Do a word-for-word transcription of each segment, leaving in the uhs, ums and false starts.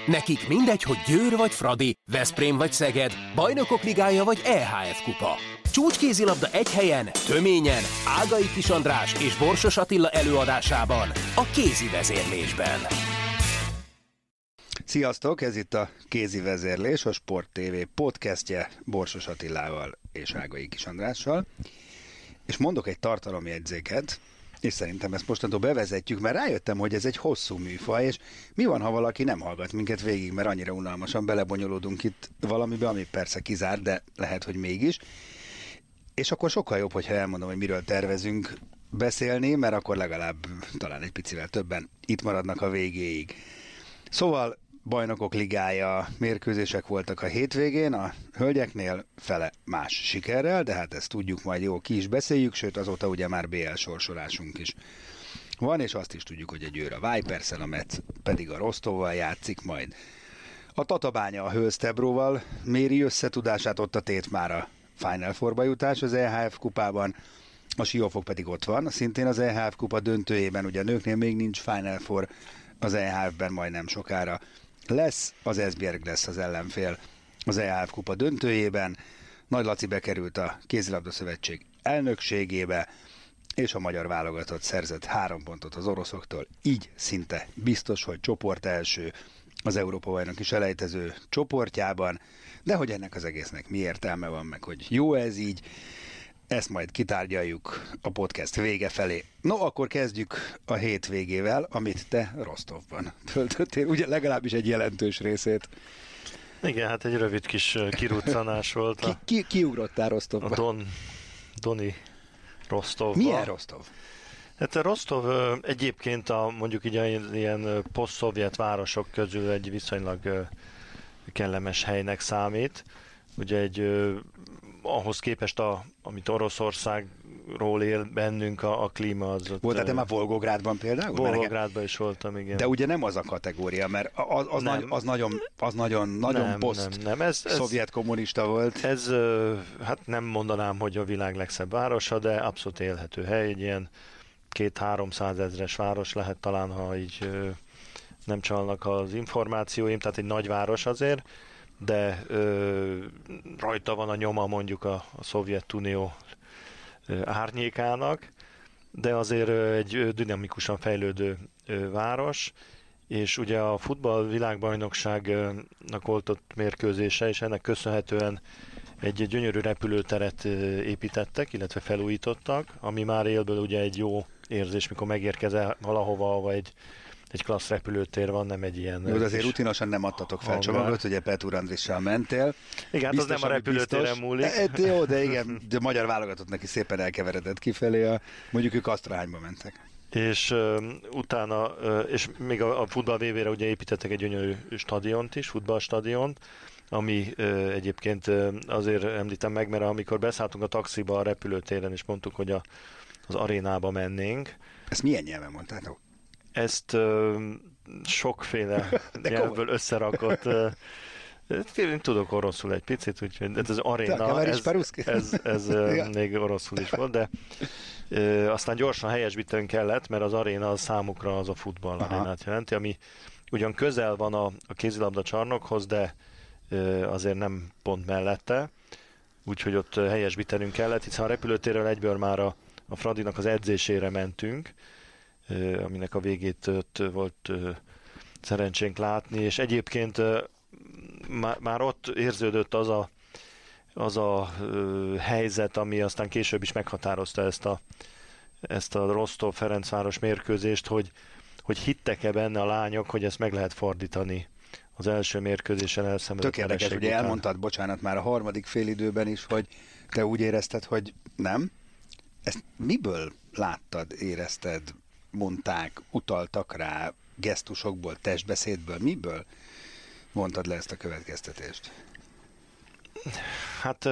Nekik mindegy, hogy Győr vagy Fradi, Veszprém vagy Szeged, Bajnokok Ligája vagy é há ef kupa. Csúcskézilabda egy helyen, töményen, Ágai Kis András és Borsos Attila előadásában, a Kézi Vezérlésben. Sziasztok, ez itt a Kézi Vezérlés, a Sport té vé podcastje Borsos Attilával és Ágai Kis Andrással. És mondok egy tartalomjegyzéket, és szerintem ezt mostantól bevezetjük, mert rájöttem, hogy ez egy hosszú műfaj, és mi van, ha valaki nem hallgat minket végig, mert annyira unalmasan belebonyolódunk itt valamibe, ami persze kizár, de lehet, hogy mégis. És akkor sokkal jobb, hogyha elmondom, hogy miről tervezünk beszélni, mert akkor legalább talán egy picivel többen itt maradnak a végéig. Szóval Bajnokok Ligája mérkőzések voltak a hétvégén, a hölgyeknél fele más sikerrel, de hát ezt tudjuk, majd jó ki is beszéljük, sőt azóta ugye már bé el sorsolásunk is van, és azt is tudjuk, hogy a Győr a Viperszel, a Metz pedig a Rostovval játszik majd. A Tatabánya a Hölztebróval méri összetudását, ott a tét már a Final Fourba jutás az é há ef kupában, a Siófok pedig ott van, szintén az é há ef kupa döntőjében, ugye a nőknél még nincs Final Four, az é há ef-ben majd nem sokára lesz, az Esbjerg lesz az ellenfél az é há ef kupa döntőjében. Nagy Laci bekerült a Kézilabda Szövetség elnökségébe, és a magyar válogatott szerzett három pontot az oroszoktól, így szinte biztos, hogy csoport első az Európa-bajnoki selejtező csoportjában, de hogy ennek az egésznek mi értelme van, meg hogy jó ez így, ezt majd kitárgyaljuk a podcast vége felé. No, akkor kezdjük a hétvégével, amit te Rostovban töltöttél, ugye legalábbis egy jelentős részét. Igen, hát egy rövid kis kiruccanás volt. A... Ki, ki, kiugrottál Rostovba? A Don, Doni Rostovba. Milyen Rostov? Hát a Rostov egyébként a, mondjuk így ilyen poszt-szovjet városok közül egy viszonylag kellemes helynek számít. Ugye egy ahhoz képest, a, amit Oroszországról él bennünk a, a klíma az ott... Voltál te már Volgográdban például? Volgográdban is voltam, igen. De ugye nem az a kategória, mert az, az, nagy, az nagyon, az nagyon, nagyon nem, poszt nem, nem. Ez, ez, szovjet kommunista volt. Ez, hát nem mondanám, hogy a világ legszebb városa, de abszolút élhető hely, egy ilyen két-háromszázezres város lehet talán, ha így nem csalnak az információim, tehát egy nagy város azért, de ö, rajta van a nyoma mondjuk a, a Szovjetunió ö, árnyékának, de azért ö, egy ö, dinamikusan fejlődő ö, város, és ugye a futball világbajnokságnak volt ott mérkőzése, és ennek köszönhetően egy gyönyörű repülőteret ö, építettek, illetve felújítottak, ami már élből ugye egy jó érzés, mikor megérkezel valahova, ahova egy egy klassz repülőtér van, nem egy ilyen... Jó, de azért rutinosan nem adtatok fel csomagot, ugye Petr Andrissal mentél. Igen, biztos, az nem a repülőtéren múlik. De, jó, de igen, de a magyar válogatott neki szépen elkeveredett kifelé, a, mondjuk ők Asztrahányba mentek. És uh, utána, uh, és még a, a futball vé vére ugye építettek egy gyönyörű stadiont is, futballstadiont, ami uh, egyébként uh, azért említem meg, mert amikor beszálltunk a taxiba a repülőtéren, és mondtuk, hogy a, az arénába mennénk. Ezt milyen nyelven mondtátok? Ezt uh, sokféle nyelvből összerakott, uh, én tudok oroszul egy picit, úgyhogy ez az aréna, ez, ez, ez uh, még oroszul is volt, de uh, aztán gyorsan helyesbítenünk kellett, mert az aréna az számukra az a futball arénát jelenti, ami ugyan közel van a, a kézilabda csarnokhoz, de uh, azért nem pont mellette, úgyhogy ott helyesbítenünk kellett, hiszen a repülőtérről egyből már a, a Fradinak az edzésére mentünk, aminek a végét ott volt szerencsénk látni, és egyébként már ott érződött az a, az a helyzet, ami aztán később is meghatározta ezt a, ezt a Rostov-Ferencváros mérkőzést, hogy, hogy hittek-e benne a lányok, hogy ezt meg lehet fordítani az első mérkőzésen elszenvedett vereség után. Ugye elmondtad, bocsánat, már a harmadik félidőben is, hogy te úgy érezted, hogy nem. Ezt miből láttad, érezted, mondták, utaltak rá, gesztusokból, testbeszédből, miből mondtad le ezt a következtetést? Hát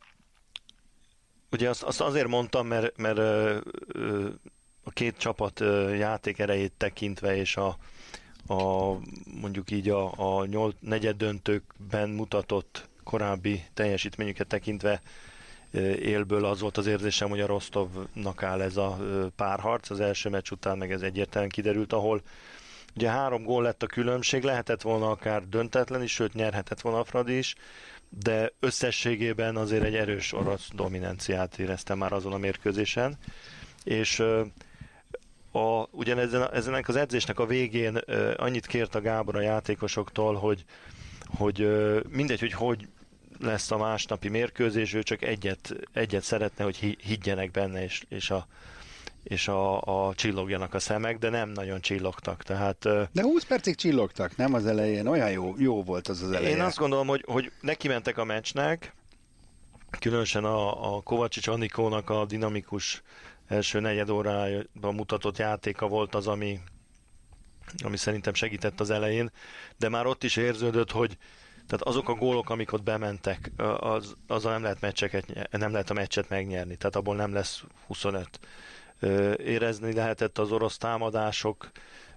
ugye azt, azt azért mondtam, mert, mert a két csapat játék erejét tekintve, és a, a mondjuk így a, a nyolc, negyed döntőkben mutatott korábbi teljesítményüket tekintve élből az volt az érzésem, hogy a Rostovnak áll ez a párharc. Az első meccs után meg ez egyértelműen kiderült, ahol Ugye három gól lett a különbség, lehetett volna akár döntetlen is, sőt nyerhetett volna a Fradi is, de összességében azért egy erős orosz dominanciát éreztem már azon a mérkőzésen, és a, ugyanezen ezen az edzésnek a végén annyit kért a Gábor a játékosoktól, hogy, hogy mindegy, hogy hogy lesz a másnapi mérkőzés, ő csak egyet, egyet szeretne, hogy higgyenek benne, és, és a és a, a csillogjanak a szemek, de nem nagyon csillogtak. Tehát, de húsz percig csillogtak, nem az elején? Olyan jó, jó volt az az elején. Én azt gondolom, hogy, hogy neki mentek a meccsnek, különösen a, a Kovácsics Anikónak a dinamikus első negyed órában mutatott játéka volt az, ami, ami szerintem segített az elején, de már ott is érződött, hogy tehát azok a gólok, amik ott bementek, az, azzal nem lehet, meccseket, nem lehet a meccset megnyerni, tehát abból nem lesz huszonöt. Érezni lehetett az orosz támadások,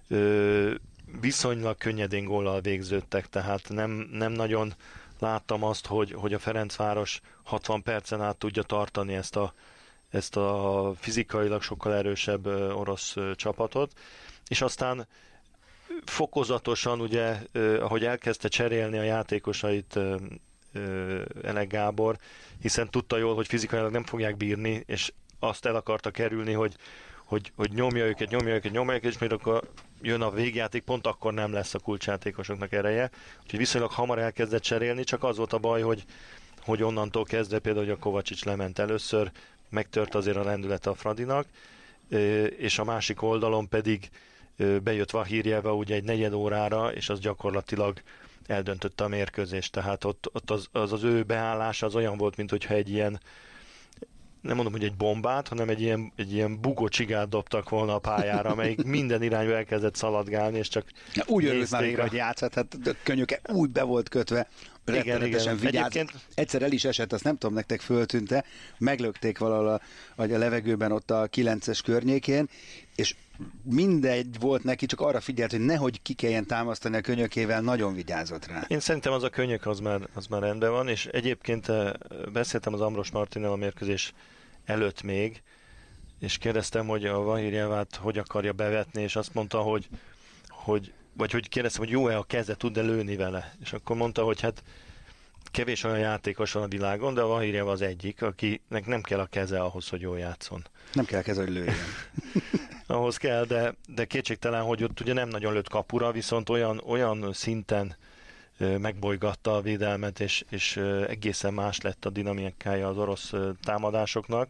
viszonylag könnyedén góllal végződtek, tehát nem, nem nagyon láttam azt, hogy, hogy a Ferencváros hatvan percen át tudja tartani ezt a, ezt a fizikailag sokkal erősebb orosz csapatot, és aztán fokozatosan, ugye, ahogy elkezdte cserélni a játékosait Elek Gábor, hiszen tudta jól, hogy fizikailag nem fogják bírni, és azt el akarta kerülni, hogy, hogy, hogy nyomja őket, nyomja őket, nyomja őket, és még akkor jön a végjáték, pont akkor nem lesz a kulcsjátékosoknak ereje. Úgyhogy viszonylag hamar elkezdett cserélni, csak az volt a baj, hogy, hogy onnantól kezdve például, hogy a Kovácsics lement először, megtört azért a lendület a Fradinak, és a másik oldalon pedig bejött Vahirjeva ugye egy negyed órára, és az gyakorlatilag eldöntötte a mérkőzést. Tehát ott, ott az, az az ő beállása az olyan volt, mint hogyha egy ilyen, nem mondom, hogy egy bombát, hanem egy ilyen, egy ilyen bugó csigát dobtak volna a pályára, amelyik minden irányba elkezdett szaladgálni, és csak ja, úgy örült már végre, hogy játszott, hát a könyöke úgy be volt kötve, rettenetesen vigyáz. Egyébként... Egyszer el is esett, azt nem tudom, nektek föltűnte, meglökték valahol a, a levegőben ott a kilences környékén, és mindegy volt neki, csak arra figyelt, hogy nehogy ki kelljen támasztani a könyökével, nagyon vigyázott rá. Én szerintem az a könyök az már, az már rendben van, és egyébként beszéltem az Ambros Martinnal a mérkőzés előtt még, és kérdeztem, hogy a Vahirjevát hogy akarja bevetni, és azt mondta, hogy, hogy vagy hogy kérdeztem, hogy jó-e a keze, tud-e lőni vele, és akkor mondta, hogy hát kevés olyan játékos van a világon, de a Vahirjeva az egyik, akinek nem kell a keze ahhoz, hogy jól játszon. Nem kell a keze, hogy lőjön. Ahhoz kell, de, de kétségtelen, hogy ott ugye nem nagyon lőtt kapura, viszont olyan, olyan szinten ö, megbolygatta a védelmet, és, és ö, egészen más lett a dinamikája az orosz ö, támadásoknak.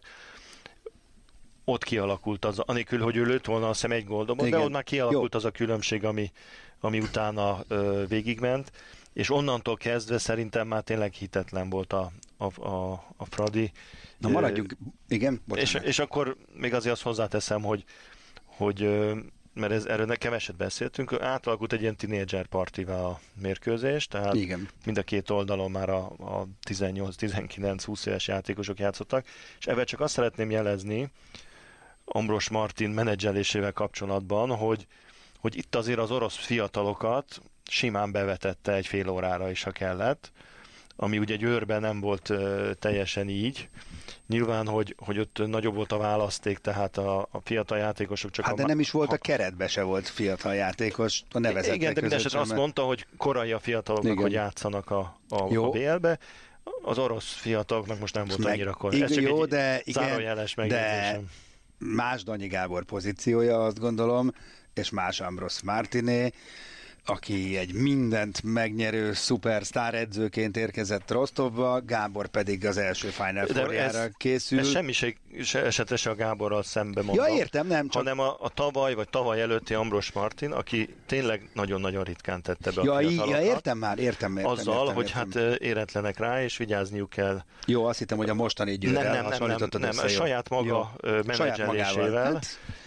Ott kialakult az, anélkül, hogy ő lőtt volna, azt hiszem egy gól dobott, de ott már kialakult Jó. az a különbség, ami, ami utána ö, végigment, és onnantól kezdve szerintem már tényleg hitetlen volt a, a, a, a Fradi. Na maradjunk, igen, és, és akkor még azért azt hozzáteszem, hogy hogy, mert ez, erről keveset beszéltünk, átalakult egy ilyen tínédzser partivá a mérkőzés, tehát igen. Mind a két oldalon már a, a tizennyolc tizenkilenc húsz éves játékosok játszottak, és ebben csak azt szeretném jelezni Ambros Martin menedzselésével kapcsolatban, hogy, hogy itt azért az orosz fiatalokat simán bevetette egy fél órára is, ha kellett, ami ugye Győrben nem volt uh, teljesen így. Nyilván, hogy, hogy ott nagyobb volt a választék, tehát a, a fiatal játékosok csak... Hát a, de nem is volt ha, a keretbe se volt fiatal játékos, a nevezettek igen, de mindesetre azt mondta, hogy korai a fiataloknak, igen. hogy játszanak a, a, a bé el-be. Az orosz fiataloknak most nem volt meg, annyira korai. Ez csak jó, egy de, igen, de más Danyi Gábor pozíciója, azt gondolom, és más Ambros Martiné, aki egy mindent megnyerő szupersztár edzőként érkezett Rostovba, Gábor pedig az első Final Four-jára készül. Ez semmiség esetre se a Gáborral szembe mondom. Ja, értem, nem csak... Hanem a, a tavaly vagy tavaly előtti Ambros Martin, aki tényleg nagyon-nagyon ritkán tette be ja, a fiatalokat. Ja, értem már, értem, értem. Azzal, értem, hogy értem. hát éretlenek rá, és vigyázniuk kell. Jó, azt hittem, hogy a mostani Győrrel hasonlítottad nem, nem, nem, nem, saját maga menedzselésével.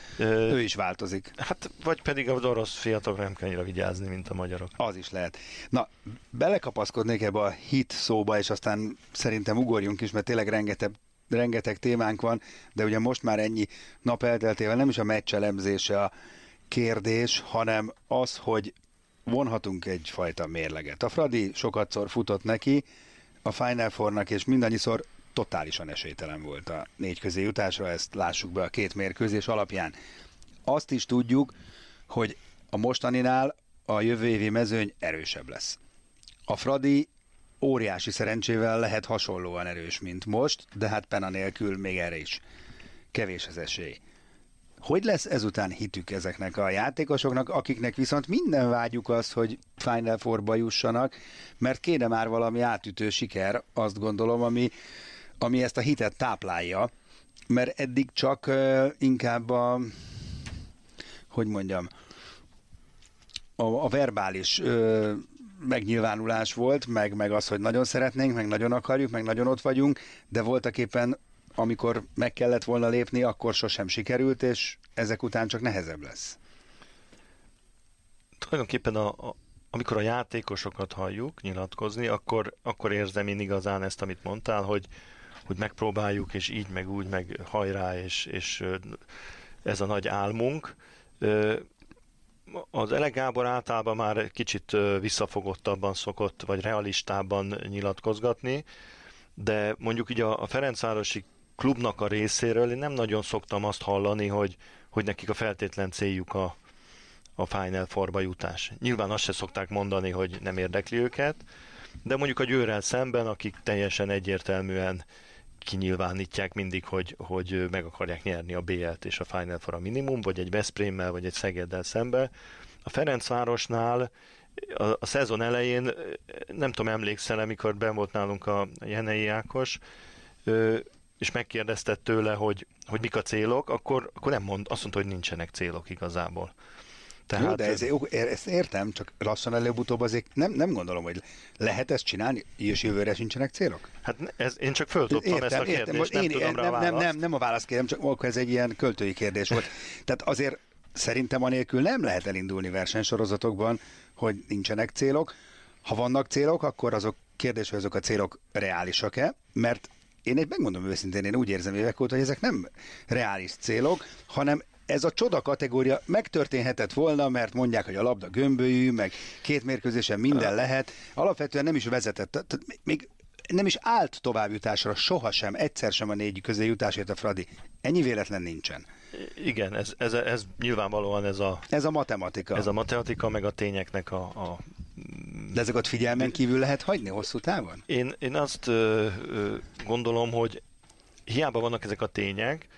Ő is változik. Hát, vagy pedig az orosz fiatalok nem kell annyira vigyázni, mint a magyarok. Az is lehet. Na, belekapaszkodnék ebbe a hit szóba, és aztán szerintem ugorjunk is, mert tényleg rengeteg, rengeteg témánk van, de ugye most már ennyi nap elteltével nem is a meccs elemzése a kérdés, hanem az, hogy vonhatunk egyfajta mérleget. A Fradi sokatszor futott neki a Final Four-nak, és mindannyiszor totálisan esélytelen volt a négy közé jutásra, ezt lássuk be a két mérkőzés alapján. Azt is tudjuk, hogy a mostaninál a jövő évi mezőny erősebb lesz. A Fradi óriási szerencsével lehet hasonlóan erős, mint most, de hát Pena nélkül még erre is kevés az esély. Hogy lesz ezután hitük ezeknek a játékosoknak, akiknek viszont minden vágyuk az, hogy Final Fourba jussanak, mert kéne már valami átütő siker, azt gondolom, ami, ami ezt a hitet táplálja, mert eddig csak uh, inkább a, hogy mondjam, a, a verbális uh, megnyilvánulás volt, meg, meg az, hogy nagyon szeretnénk, meg nagyon akarjuk, meg nagyon ott vagyunk, de voltak éppen amikor meg kellett volna lépni, akkor sosem sikerült, és ezek után csak nehezebb lesz. Tulajdonképpen a, a, amikor a játékosokat halljuk nyilatkozni, akkor, akkor érzem én igazán ezt, amit mondtál, hogy, hogy megpróbáljuk, és így, meg úgy, meg hajrá, és, és ez a nagy álmunk. Az Elek Gábor általában már kicsit visszafogottabban szokott, vagy realistábban nyilatkozgatni, de mondjuk így a, a Ferencvárosi klubnak a részéről én nem nagyon szoktam azt hallani, hogy, hogy nekik a feltétlen céljuk a, a Final Fourba jutás. Nyilván azt se szokták mondani, hogy nem érdekli őket, de mondjuk a Győrrel szemben, akik teljesen egyértelműen kinyilvánítják mindig, hogy, hogy meg akarják nyerni a bé el-t és a Final Four a minimum, vagy egy Veszprémmel, vagy egy Szegeddel szembe. A Ferencvárosnál a, a szezon elején, nem tudom, emlékszel, amikor benn volt nálunk a Jenei Ákos, és megkérdezted tőle, hogy, hogy mik a célok, akkor, akkor nem mond, azt mondta, hogy nincsenek célok igazából. Tehát... Jó, de ez, ezt értem, csak lassan előbb-utóbb azért nem, nem gondolom, hogy lehet ezt csinálni, és jövőre sincsenek célok? Hát ez, én csak föltudtam ezt a kérdést, értem, nem én, tudom rá nem, választ. Nem, nem, nem a választ kérem, csak akkor ez egy ilyen költői kérdés volt. Tehát azért szerintem anélkül nem lehet elindulni versenysorozatokban, hogy nincsenek célok. Ha vannak célok, akkor azok kérdés, hogy azok a célok reálisak-e, mert én egy megmondom őszintén, én úgy érzem évek óta, hogy ezek nem reális célok, hanem ez a csoda kategória megtörténhetett volna, mert mondják, hogy a labda gömbölyű, meg két mérkőzésen minden lehet. Alapvetően nem is vezetett, tehát még nem is állt továbbjutásra sohasem, egyszer sem a négy közé jutásért a Fradi. Ennyi véletlen nincsen. Igen, ez, ez, ez nyilvánvalóan ez a... Ez a matematika. Ez a matematika, meg a tényeknek a... a De ezeket figyelmen kívül lehet hagyni hosszú távon? Én, én azt ö, ö, gondolom, hogy hiába vannak ezek a tények,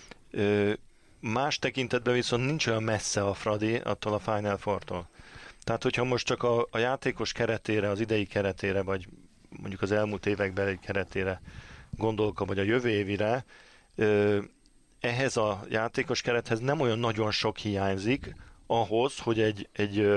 ö, más tekintetben viszont nincs olyan messze a Fradi attól a Final Four-tól. Tehát, hogyha most csak a, a játékos keretére, az idei keretére, vagy mondjuk az elmúlt évekbeli keretére gondolok, vagy a jövő évire, ö, ehhez a játékos kerethez nem olyan nagyon sok hiányzik ahhoz, hogy egy, egy ö,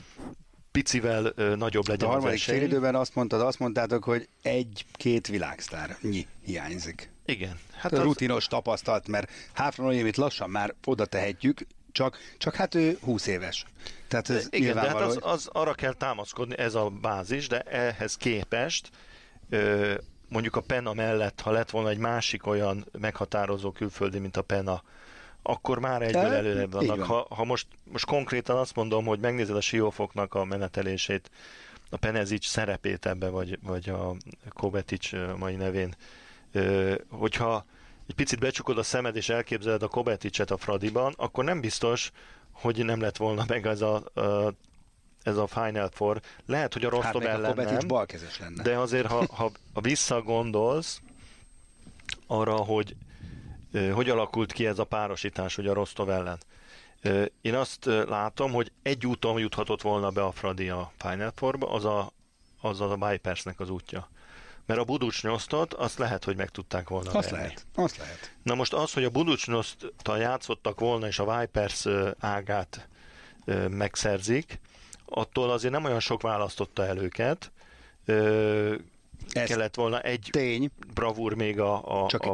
picivel ö, nagyobb legyen a harmadik az esély. fél időben azt mondtad, azt mondtátok, hogy egy-két világsztár nyi hiányzik. Igen. Hát az... rutinos tapasztalt, mert Háfra Noémit lassan már oda tehetjük, csak, csak hát ő húsz éves. Tehát ez igen, de hát az, az arra kell támaszkodni, ez a bázis, de ehhez képest ö, mondjuk a Pena mellett, ha lett volna egy másik olyan meghatározó külföldi, mint a Pena, akkor már egyből előrebb vannak. Ha, ha most, most konkrétan azt mondom, hogy megnézed a Siófoknak a menetelését, a Penezic szerepét ebbe, vagy, vagy a Kobetic mai nevén, ö, hogyha egy picit becsukod a szemed, és elképzeled a Kobeticet a Fradiban, akkor nem biztos, hogy nem lett volna meg ez a, a, ez a Final Four. Lehet, hogy a Rostov hát ellen nem, balkezes lenne. De azért, ha, ha, ha visszagondolsz arra, hogy uh, hogy alakult ki ez a párosítás ugye a Rostov ellen. Uh, én azt uh, látom, hogy egy úton juthatott volna be a Fradi a Final Fourba, az a, az a Vipersnek az útja. Mert a Buducsnyosztot azt lehet, hogy meg tudták volna azt verni. Lehet, azt lehet. Na most az, hogy a Buducsnyoszttal játszottak volna, és a Vipers ágát megszerzik, attól azért nem olyan sok választotta el őket. Kellett volna egy tény. bravúr még a, a, a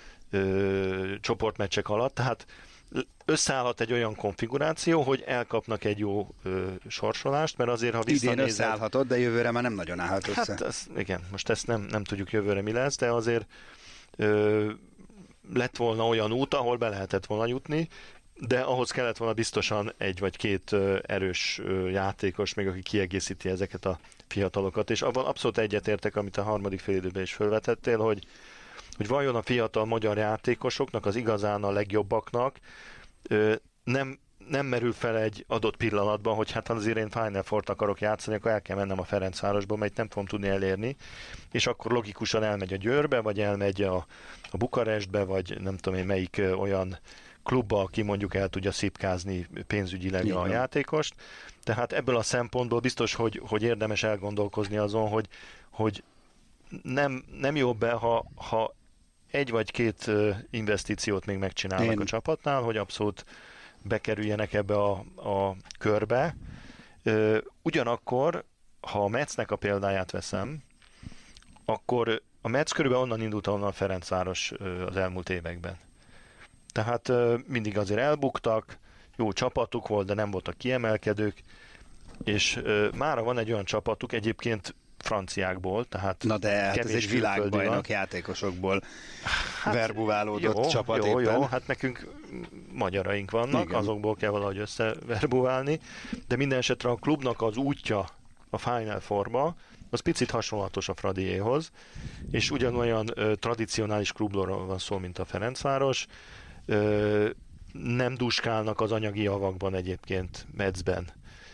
ö, csoportmeccsek alatt, tehát összeállhat egy olyan konfiguráció, hogy elkapnak egy jó ö, sorsolást, mert azért, ha visszanézed... Idén összeállhatod, de jövőre már nem nagyon állhat össze. Hát ez, igen, most ezt nem, nem tudjuk jövőre mi lesz, de azért ö, lett volna olyan út, ahol be lehetett volna jutni, de ahhoz kellett volna biztosan egy vagy két ö, erős ö, játékos, még aki kiegészíti ezeket a fiatalokat, és abban abszolút egyetértek, amit a harmadik félidőben is felvetettél, hogy hogy vajon a fiatal magyar játékosoknak, az igazán a legjobbaknak ö, nem, nem merül fel egy adott pillanatban, hogy hát azért én Final Fourt akarok játszani, akkor el kell mennem a Ferencvárosba, mert nem fogom tudni elérni, és akkor logikusan elmegy a Győrbe, vagy elmegy a, a Bukarestbe, vagy nem tudom én melyik olyan klubba, aki mondjuk el tudja szipkázni pénzügyileg Igen. a játékost. Tehát ebből a szempontból biztos, hogy, hogy érdemes elgondolkozni azon, hogy, hogy nem, nem jobb be, ha, ha egy vagy két investíciót még megcsinálnak Én... a csapatnál, hogy abszolút bekerüljenek ebbe a, a körbe. Ugyanakkor, ha a Metsznek a példáját veszem, akkor a Metsz körülbelül onnan indult, onnan a Ferencváros az elmúlt években. Tehát mindig azért elbuktak, jó csapatuk volt, de nem voltak kiemelkedők, és mára van egy olyan csapatuk, egyébként franciákból, tehát Na de hát ez egy világbajnok játékosokból hát, verbuválódott jó, csapat jó, éppen. Jó, hát nekünk magyaraink vannak, Igen. azokból kell valahogy összeverbuválni, de minden esetre a klubnak az útja a Final Fourba, az picit hasonlatos a Fradiéhoz, és ugyanolyan ö, tradicionális klubról van szó, mint a Ferencváros. Ö, nem duskálnak az anyagi javakban egyébként Metzben.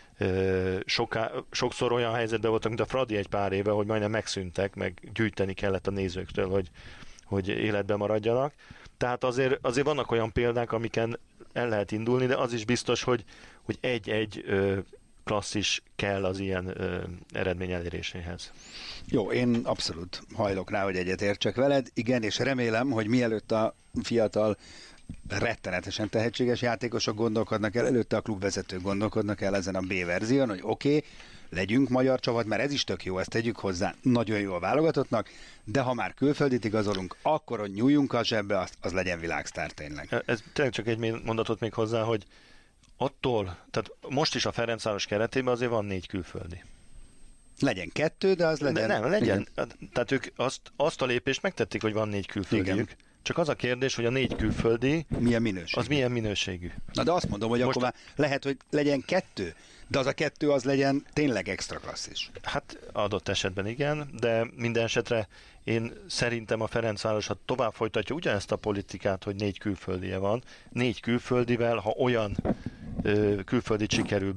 Soká, sokszor olyan helyzetben voltak, mint a Fradi egy pár éve, hogy majdnem megszűntek, meg gyűjteni kellett a nézőktől, hogy, hogy életben maradjanak. Tehát azért, azért vannak olyan példák, amiken el lehet indulni, de az is biztos, hogy, hogy egy-egy klasszis kell az ilyen ö, eredmény eléréséhez. Jó, én abszolút hajlok rá, hogy egyetértsek veled. Igen, és remélem, hogy mielőtt a fiatal rettenetesen tehetséges játékosok gondolkodnak el, előtte a klubvezetők gondolkodnak el ezen a B-verzión, hogy oké, okay, legyünk magyar csapat, mert ez is tök jó, ezt tegyük hozzá, nagyon jó a válogatottnak, de ha már külföldit igazolunk, akkor hogy nyúljunk a zsebbe, az, az legyen világsztár tényleg. Ez tényleg csak egy mondatot még hozzá, hogy attól, tehát most is a Ferencváros keretében azért van négy külföldi. Legyen kettő, de az legyen... De nem, legyen. Igen. Tehát ők azt, azt a lépést megtették, hogy van négy külföldiük. Igen. Csak az a kérdés, hogy a négy külföldi milyen minőségű. Az milyen minőségű. Na de azt mondom, hogy most akkor már lehet, hogy legyen kettő, de az a kettő az legyen tényleg extra klasszis. Hát adott esetben igen, de minden esetre én szerintem a Ferencváros, ha tovább folytatja ugyanezt a politikát, hogy négy külföldije van, négy külföldivel, ha olyan ö, külföldit sikerül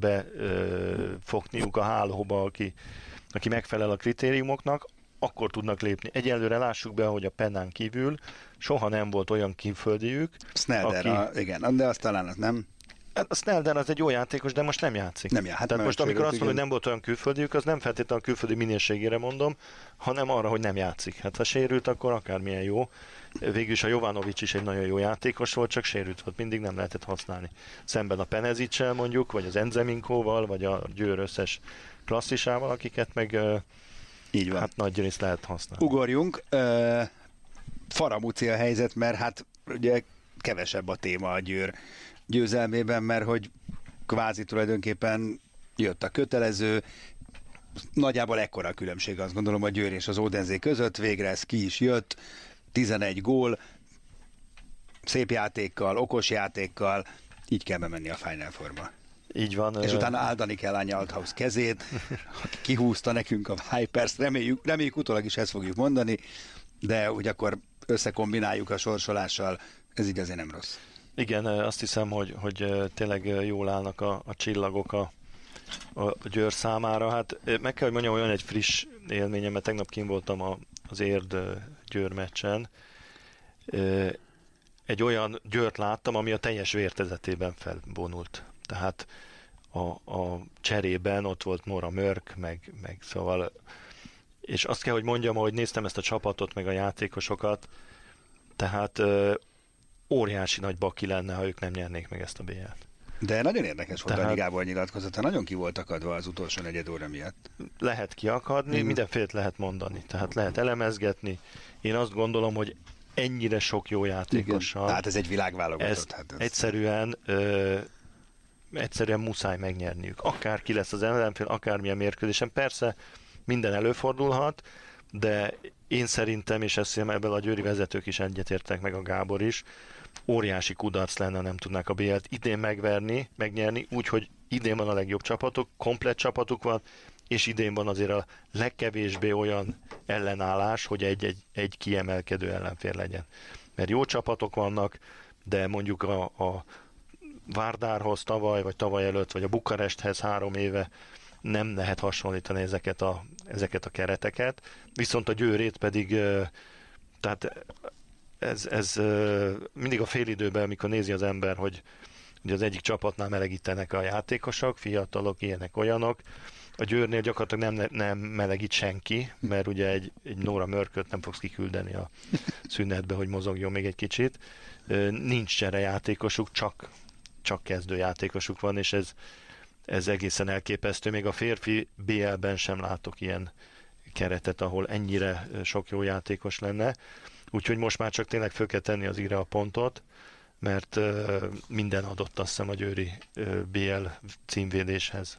befogniuk a hálóba, aki, aki megfelel a kritériumoknak, akkor tudnak lépni. Egyelőre lássuk be, hogy a Pennán kívül soha nem volt olyan külföldiük. Sneijder, aki... a, igen, de azt talán az nem. A Sneijder az egy jó játékos, de most nem játszik. Nem játszik. Tehát most amikor azt mondom, hogy nem volt olyan külföldiük, az nem feltétlenül a külföldi minőségére mondom, hanem arra, hogy nem játszik. Hát ha sérült, akkor akármilyen jó. Végülis a Jovanovic is egy nagyon jó játékos volt, csak sérült volt, mindig nem lehetett használni. Szemben a Penezic-sel mondjuk, vagy az Enzeminkóval, vagy a Győr összes klasszisával, akiket meg így van. Hát nagy részt lehet használni. Ugorjunk. Uh, Faramúci a helyzet, mert hát ugye kevesebb a téma a Győr győzelmében, mert hogy kvázi tulajdonképpen jött a kötelező, nagyjából ekkora a különbség, azt gondolom, a Győr és az Ódenzé között, végre ez ki is jött, tizenegy gól, szép játékkal, okos játékkal, így kell bemenni a Final Fourba. Így van. És utána áldani kell Anya Althaus kezét, aki kihúzta nekünk a Vipers, reméljük, reméljük utólag is ezt fogjuk mondani, de úgy akkor összekombináljuk a sorsolással, ez így azért nem rossz. Igen, azt hiszem, hogy, hogy tényleg jól állnak a, a csillagok a, a Győr számára. Hát meg kell, hogy mondjam, olyan egy friss élményem, mert tegnap kint voltam a, az Érd Győr meccsen. Egy olyan Győrt láttam, ami a teljes vértezetében felvonult. Tehát a, a cserében ott volt Nora Mörk, meg, meg szóval, és azt kell, hogy mondjam, hogy néztem ezt a csapatot, meg a játékosokat, tehát ö, óriási nagy baki lenne, ha ők nem nyernék meg ezt a bé el-t. De nagyon érdekes volt, Dani Gábor nyilatkozata, nagyon ki volt akadva az utolsó negyed óra miatt. Lehet kiakadni, mm. mindenfélét lehet mondani, tehát lehet elemezgetni. Én azt gondolom, hogy ennyire sok jó játékossal. Tehát ez egy világválogatott. Hát ez... Egyszerűen ö, egyszerűen muszáj megnyerniük. Akár ki lesz az ellenfél, akármilyen mérkőzésen. Persze minden előfordulhat, de én szerintem, és ezt ebből a győri vezetők is egyetértek, meg a Gábor is, óriási kudarc lenne, nem tudnák a bé el-t idén megverni, megnyerni, úgyhogy idén van a legjobb csapatok, komplett csapatuk van, és idén van azért a legkevésbé olyan ellenállás, hogy egy-egy egy kiemelkedő ellenfél legyen. Mert jó csapatok vannak, de mondjuk a, a Várdárhoz tavaly, vagy tavaly előtt, vagy a Bukaresthez három éve nem lehet hasonlítani ezeket a, ezeket a kereteket, viszont a Győrét pedig, tehát ez, ez mindig a félidőben, amikor nézi az ember, hogy ugye az egyik csapatnál melegítenek a játékosok, fiatalok, ilyenek, olyanok, a Győrnél gyakorlatilag nem, nem melegít senki, mert ugye egy, egy Nóra Mörköt nem fogsz kiküldeni a szünetbe, hogy mozogjon még egy kicsit. Nincs cserejátékosuk, csak, csak kezdőjátékosuk van, és ez, ez egészen elképesztő. Még a férfi bé el-ben sem látok ilyen keretet, ahol ennyire sok jó játékos lenne. Úgyhogy most már csak tényleg föl kell tenni az íre a pontot, mert minden adott, azt hiszem, a győri bé el címvédéshez.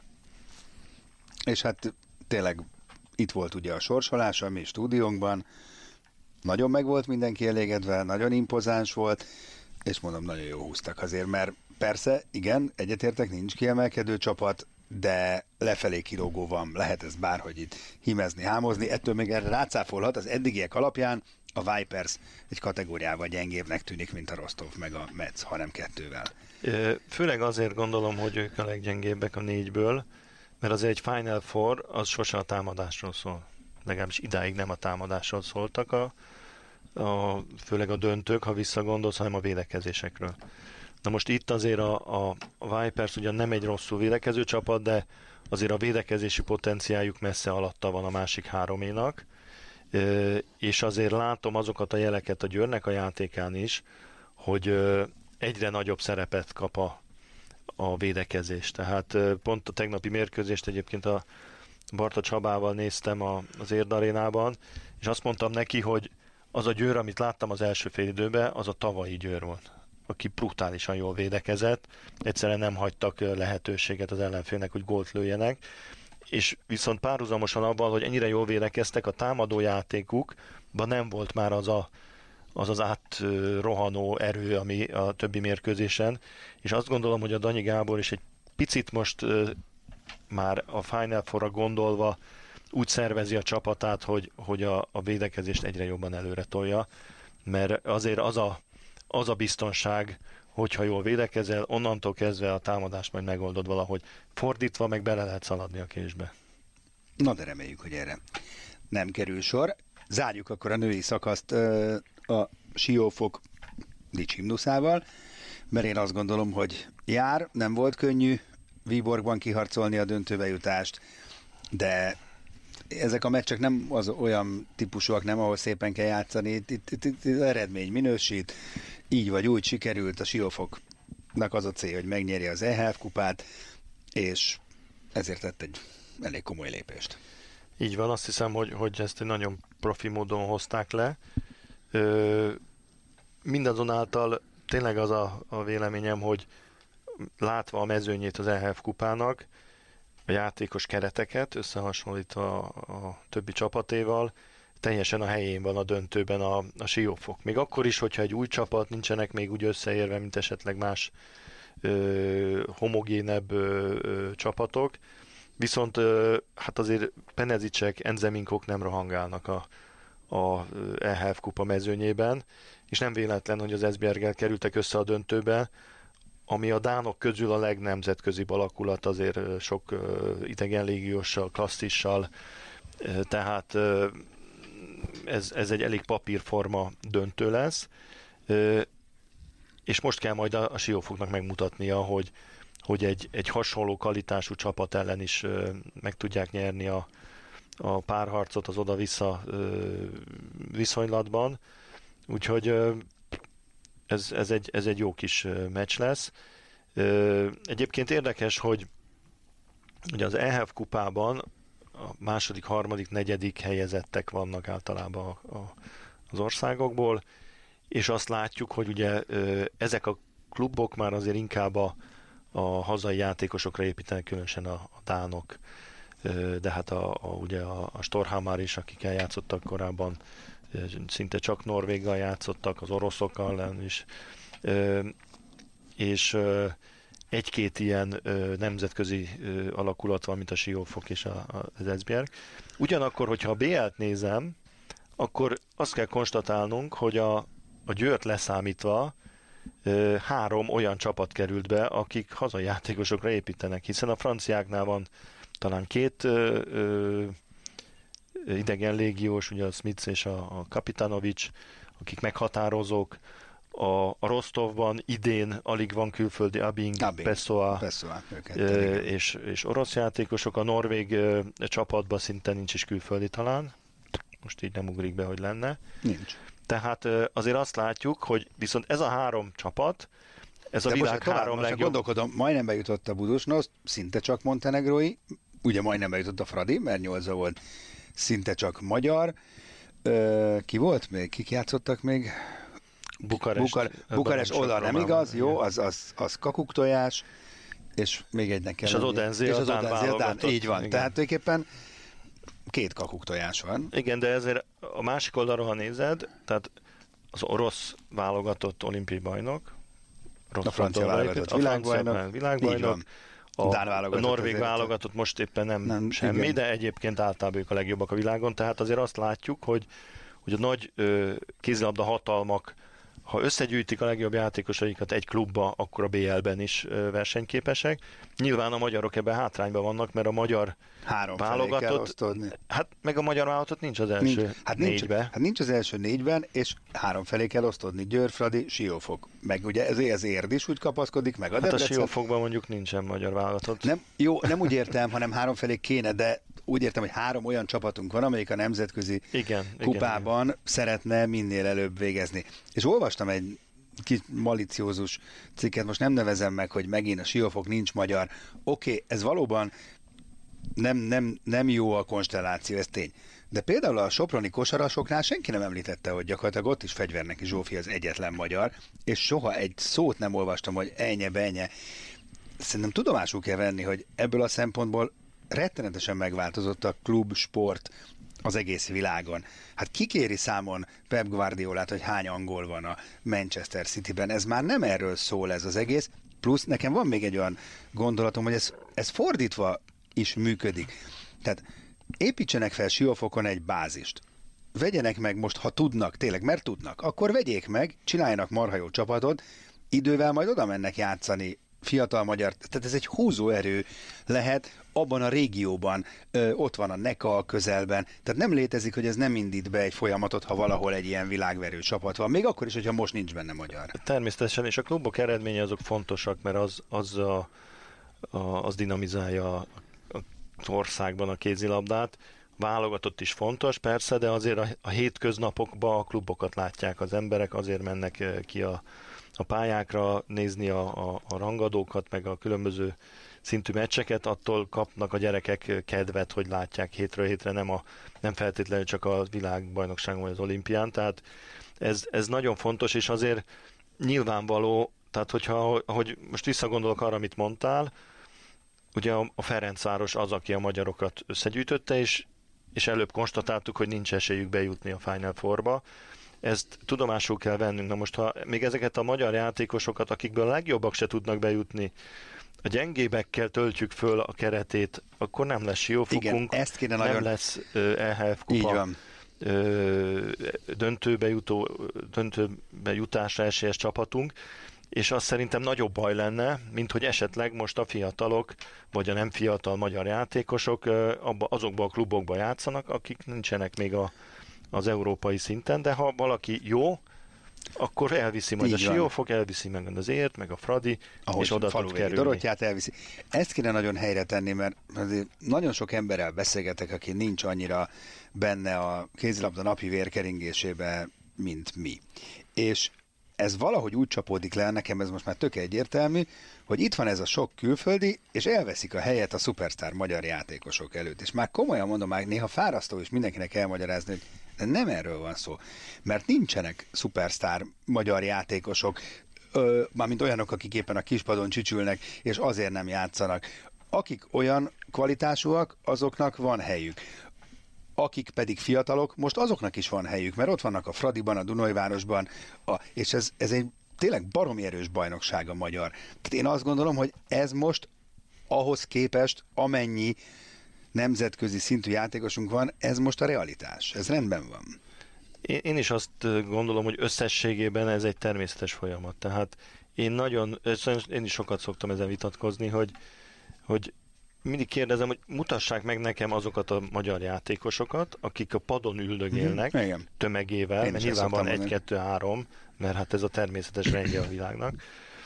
És hát tényleg itt volt ugye a sorsolás a mi stúdiónkban, nagyon meg volt mindenki elégedve, nagyon impozáns volt, és mondom, nagyon jó húztak azért, mert persze, igen, egyetértek, nincs kiemelkedő csapat, de lefelé kirúgó van, lehet ezt bárhogy itt hímezni, hámozni, ettől még erre rácáfolhat, az eddigiek alapján a Vipers egy kategóriával gyengébbnek tűnik, mint a Rostov meg a Metz, hanem kettővel. Főleg azért gondolom, hogy ők a leggyengébbek a négyből, mert azért egy Final Four az sose a támadásról szól. Legalábbis idáig nem a támadásról szóltak, a, a, főleg a döntők, ha visszagondolsz, hanem a védekezésekről. Na most itt azért a, a, a Vipers ugyan nem egy rosszul védekező csapat, de azért a védekezési potenciáljuk messze alatta van a másik hároménak, és azért látom azokat a jeleket a Győrnek a játékán is, hogy egyre nagyobb szerepet kap a, a védekezés. Tehát pont a tegnapi mérkőzést egyébként a Barta Csabával néztem a, az Érd Arénában, és azt mondtam neki, hogy az a Győr, amit láttam az első fél időben, az a tavalyi Győr volt, aki brutálisan jól védekezett, egyszerűen nem hagytak lehetőséget az ellenfélnek, hogy gólt lőjenek, és viszont párhuzamosan abban, hogy ennyire jól védekeztek, a támadó játékukban nem volt már az a, az, az átrohanó erő, ami a többi mérkőzésen, és azt gondolom, hogy a Danyi Gábor is egy picit most uh, már a Final Four-ra gondolva úgy szervezi a csapatát, hogy, hogy a, a védekezést egyre jobban előre tolja, mert azért az a, az a biztonság, hogyha jól védekezel, onnantól kezdve a támadást majd megoldod valahogy. Fordítva meg bele lehet szaladni a késbe. Na de reméljük, hogy erre nem kerül sor. Zárjuk akkor a női szakaszt a Siófok Dics himnuszával, mert én azt gondolom, hogy jár, nem volt könnyű Viborgban kiharcolni a döntőbe jutást, de ezek a meccsek nem az olyan típusúak, nem ahol szépen kell játszani, itt, itt, itt, itt eredmény minősít, így vagy úgy sikerült a Siófoknak az a cél, hogy megnyeri az é há ef kupát, és ezért tett egy elég komoly lépést. Így van, azt hiszem, hogy, hogy ezt egy nagyon profi módon hozták le. Ö, mindazonáltal tényleg az a, a véleményem, hogy látva a mezőnyét az é há ef kupának, a játékos kereteket összehasonlítva a, a többi csapatéval, teljesen a helyén van a döntőben a, a Siófok. Még akkor is, hogyha egy új csapat, nincsenek még úgy összeérve, mint esetleg más ö, homogénebb ö, ö, csapatok, viszont ö, hát azért Penezicek, Enzeminkok nem rohangálnak a, a é há ef kupa mezőnyében, és nem véletlen, hogy az Esbjerggel kerültek össze a döntőbe, ami a dánok közül a legnemzetközibb alakulat, azért sok idegen légióssal, klasszissal, tehát ez, ez egy elég papírforma döntő lesz, és most kell majd a, a Siófoknak megmutatnia, hogy, hogy egy, egy hasonló kvalitású csapat ellen is meg tudják nyerni a, a párharcot az oda-vissza viszonylatban, úgyhogy Ez, ez, egy, ez egy jó kis meccs lesz. Egyébként érdekes, hogy ugye az é há ef kupában a második, harmadik, negyedik helyezettek vannak általában a, a, az országokból, és azt látjuk, hogy ugye ezek a klubok már azért inkább a, a hazai játékosokra építenek, különösen a, a dánok, de hát a, a, ugye a, a Storhamar is, akik eljátszottak korábban, szinte csak Norvéggal játszottak, az oroszokkal is, és egy-két ilyen nemzetközi alakulat van, mint a Siófok és az Esbjerg. Ugyanakkor, hogyha a bé el-t nézem, akkor azt kell konstatálnunk, hogy a, a Győrt leszámítva három olyan csapat került be, akik hazai játékosokra építenek, hiszen a franciáknál van talán két ö, ö, idegen légiós, ugye a Smits és a, a Kapitanovics, akik meghatározók. A, a Rostovban idén alig van külföldi, Abing, Abing Pessoa, Pessoa ö, és, és orosz játékosok. A norvég ö, csapatban szinte nincs is külföldi talán. Most így nem ugrik be, hogy lenne. Nincs. Tehát ö, azért azt látjuk, hogy viszont ez a három csapat, ez a de világ most három most legjobb... Gondolkodom, majdnem bejutott a Budusnos, szinte csak montenegrói, ugye majdnem bejutott a Fradi, mert nyolcva volt, szinte csak magyar. Ö, ki volt még? Kik játszottak még? Bukarest. Bukar, Bukarest oda nem igaz, jó, az, az, az kakuktojás, és még egynek kell. És az Odense a Dán válogatott. Így van, igen. Tehát tulajdonképpen két kakuktojás van. Igen, de ezért a másik oldalról, ha nézed, tehát az orosz válogatott olimpiai bajnok, a francia válogatott világbajnok, világbajnok a, a norvég válogatott most éppen nem, nem semmi, igen. De egyébként általában ők a legjobbak a világon, tehát azért azt látjuk, hogy, hogy a nagy ö, kézilabda hatalmak, ha összegyűjtik a legjobb játékosaikat egy klubba, akkor a bé el-ben is versenyképesek. Nyilván a magyarok ebben hátrányban vannak, mert a magyar Három válogatott, hát meg a magyar válogatott nincs az első nincs, hát négyben. Nincs, hát nincs az első négyben, és három felé kell osztodni. Győr, Fradi, Siófok. Meg ugye ez az Érd is úgy kapaszkodik, meg a Hát Debrecen. a Siófokban mondjuk nincsen magyar válogatott. Nem, jó, nem úgy értem, hanem három felé kéne, de úgy értem, hogy három olyan csapatunk van, amelyik a nemzetközi igen, kupában igen, igen. szeretne minél előbb végezni. És olvastam egy kis maliciózus cikket, most nem nevezem meg, hogy megint a Siófok nincs magyar. Oké, okay, ez valóban nem, nem, nem jó a konstelláció, ez tény. De például a soproni kosarasoknál senki nem említette, hogy gyakorlatilag ott is Fegyverneki Zsófi az egyetlen magyar, és soha egy szót nem olvastam, hogy ennye, benye. Szerintem tudomásul kell venni, hogy ebből a szempontból rettenetesen megváltozott a klub, sport az egész világon. Hát kikéri számon Pep Guardiolát, hogy hány angol van a Manchester Cityben. Ez már nem erről szól ez az egész. Plusz nekem van még egy olyan gondolatom, hogy ez, ez fordítva is működik. Tehát építsenek fel Siófokon egy bázist. Vegyenek meg most, ha tudnak, tényleg, mert tudnak, akkor vegyék meg, csináljanak marha jó csapatot, idővel majd oda mennek játszani fiatal magyar, tehát ez egy húzóerő lehet abban a régióban, ö, ott van a Neka a közelben, tehát nem létezik, hogy ez nem indít be egy folyamatot, ha valahol egy ilyen világverő csapat van, még akkor is, hogyha most nincs benne magyar. Természetesen, és a klubok eredménye azok fontosak, mert az, az, a, a, az dinamizálja a, az országban a kézilabdát. Válogatott is fontos, persze, de azért a, a hétköznapokban a klubokat látják az emberek, azért mennek ki a a pályákra nézni a, a, a rangadókat, meg a különböző szintű meccseket, attól kapnak a gyerekek kedvet, hogy látják hétről hétre, nem, a, nem feltétlenül csak a világbajnokságon vagy az olimpián, tehát ez, ez nagyon fontos, és azért nyilvánvaló, tehát hogyha, ahogy most visszagondolok arra, amit mondtál, ugye a, a Ferencváros az, aki a magyarokat összegyűjtötte, és, és előbb konstatáltuk, hogy nincs esélyük bejutni a Final Fourba. Ezt tudomásul kell vennünk. Na most, ha még ezeket a magyar játékosokat, akikből a legjobbak se tudnak bejutni, a gyengébekkel töltjük föl a keretét, akkor nem lesz Siófokunk, igen, ezt kéne nem nagyon... lesz uh, é há ef kupa uh, döntőbe, jutó, döntőbe jutásra esélyes csapatunk, és az szerintem nagyobb baj lenne, mint hogy esetleg most a fiatalok, vagy a nem fiatal magyar játékosok uh, abba, azokba a klubokba játszanak, akik nincsenek még a az európai szinten, de ha valaki jó, akkor elviszi majd így a Siófok, elviszi meg az Ért, meg a Fradi, ahogy és oda tud kerülni. Dorottyát elviszi. Ezt kéne nagyon helyre tenni, mert azért nagyon sok emberrel beszélgetek, aki nincs annyira benne a kézilabda napi vérkeringésébe, mint mi. És ez valahogy úgy csapódik le, nekem ez most már tök egyértelmű, hogy itt van ez a sok külföldi, és elveszik a helyet a szupersztár magyar játékosok előtt. És már komolyan mondom, már néha fárasztó is mindenkinek elmagyarázni, hogy de nem erről van szó. Mert nincsenek szupersztár magyar játékosok, ö, mármint olyanok, akik éppen a kispadon csücsülnek, és azért nem játszanak. Akik olyan kvalitásúak, azoknak van helyük. Akik pedig fiatalok, most azoknak is van helyük, mert ott vannak a Fradiban, a Dunajvárosban, a, és ez, ez egy tényleg baromi erős bajnokság a magyar. Tehát én azt gondolom, hogy ez most ahhoz képest, amennyi nemzetközi szintű játékosunk van, ez most a realitás. Ez rendben van. Én, én is azt gondolom, hogy összességében ez egy természetes folyamat. Tehát én nagyon, én is sokat szoktam ezen vitatkozni, hogy, hogy mindig kérdezem, hogy mutassák meg nekem azokat a magyar játékosokat, akik a padon üldögélnek mm-hmm. tömegével, mert nyilván van egy, kettő, három, mert hát ez a természetes rendje a világnak.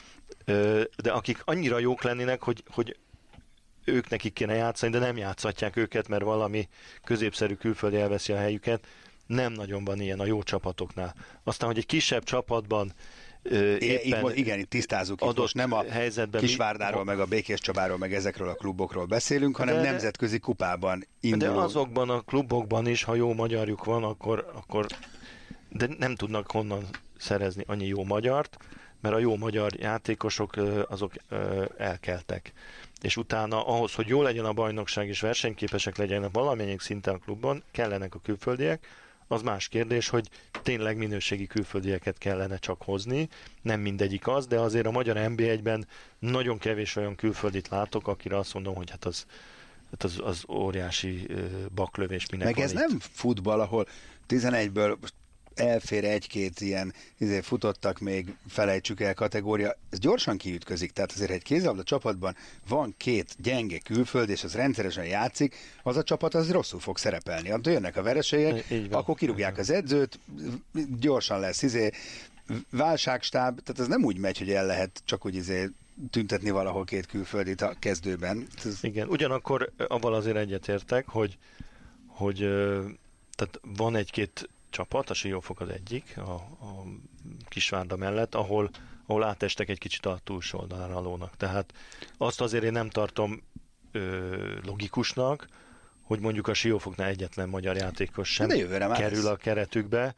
De akik annyira jók lennének, hogy, hogy ők nekik kéne játszani, de nem játszhatják őket, mert valami középszerű külföldi elveszi a helyüket. Nem nagyon van ilyen a jó csapatoknál. Aztán, hogy egy kisebb csapatban éppen itt, igen, itt tisztázunk, itt most nem a Kisvárdáról, mi... meg a Békéscsabáról, meg ezekről a klubokról beszélünk, hanem de, nemzetközi kupában induló. De azokban a klubokban is, ha jó magyarjuk van, akkor, akkor de nem tudnak honnan szerezni annyi jó magyart, mert a jó magyar játékosok azok elkeltek. És utána ahhoz, hogy jó legyen a bajnokság és versenyképesek legyenek valamennyik szinten a klubban, kellenek a külföldiek. Az más kérdés, hogy tényleg minőségi külföldieket kellene csak hozni, nem mindegyik az, de azért a magyar en bé egyben nagyon kevés olyan külföldit látok, akire azt mondom, hogy hát az, hát az, az óriási baklövés, minek meg van ez itt. Nem futball, ahol tizenegyből elfér egy-két ilyen izé, futottak még, felejtsük el kategória, ez gyorsan kiütközik, tehát azért egy kézilabda csapatban van két gyenge külföld, és az rendszeresen játszik, az a csapat az rosszul fog szerepelni. Attól jönnek a vereségek, akkor kirúgják az edzőt, gyorsan lesz izé, válságstáb, tehát ez nem úgy megy, hogy el lehet csak úgy izé tüntetni valahol két külföldit a kezdőben. Ez... Igen, ugyanakkor avval azért egyetértek, hogy, hogy tehát van egy-két csapat, a Siófok az egyik, a, a Kisvárda mellett, ahol, ahol átestek egy kicsit a túlsó oldalán a lónak. Tehát azt azért én nem tartom ö, logikusnak, hogy mondjuk a Siófoknál egyetlen magyar játékos sem kerül a keretükbe.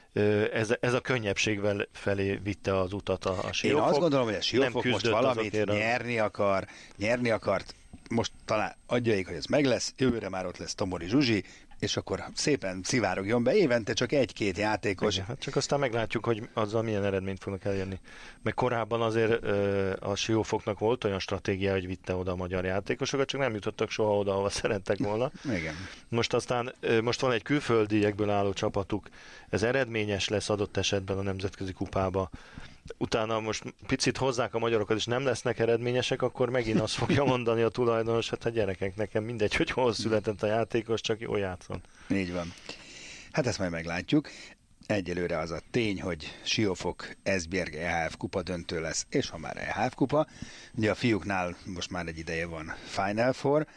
Ez, ez a könnyebbség felé vitte az utat a, a Siófok. Én azt gondolom, hogy a Siófok most valamit nyerni akar, nyerni akart, most talán adjaik, hogy ez meg lesz, jövőre már ott lesz Tomori Zsuzsi, és akkor szépen szivárogjon be, évente csak egy-két játékos. Igen, hát csak aztán meglátjuk, hogy azzal milyen eredményt fognak elérni. Meg korábban azért a Siófoknak volt olyan stratégia, hogy vitte oda a magyar játékosokat, csak nem jutottak soha oda, ahova szerettek volna. Igen. Most aztán, most van egy külföldiekből álló csapatuk, ez eredményes lesz adott esetben a nemzetközi kupába. Utána most picit hozzák a magyarokat, és nem lesznek eredményesek, akkor megint azt fogja mondani a tulajdonos, hát a gyerekek, nekem mindegy, hogy hol született a játékos, csak jól játszon. Így van. Hát ezt majd meglátjuk. Egyelőre az a tény, hogy Siófok Eszbjerge é há ef kupa döntő lesz, és ha már é há ef kupa, ugye a fiúknál most már egy ideje van Final Four,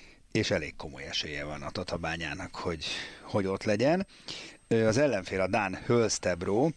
és elég komoly esélye van a Tatabányának, hogy, hogy ott legyen. Az ellenfél a dán Hölstebro,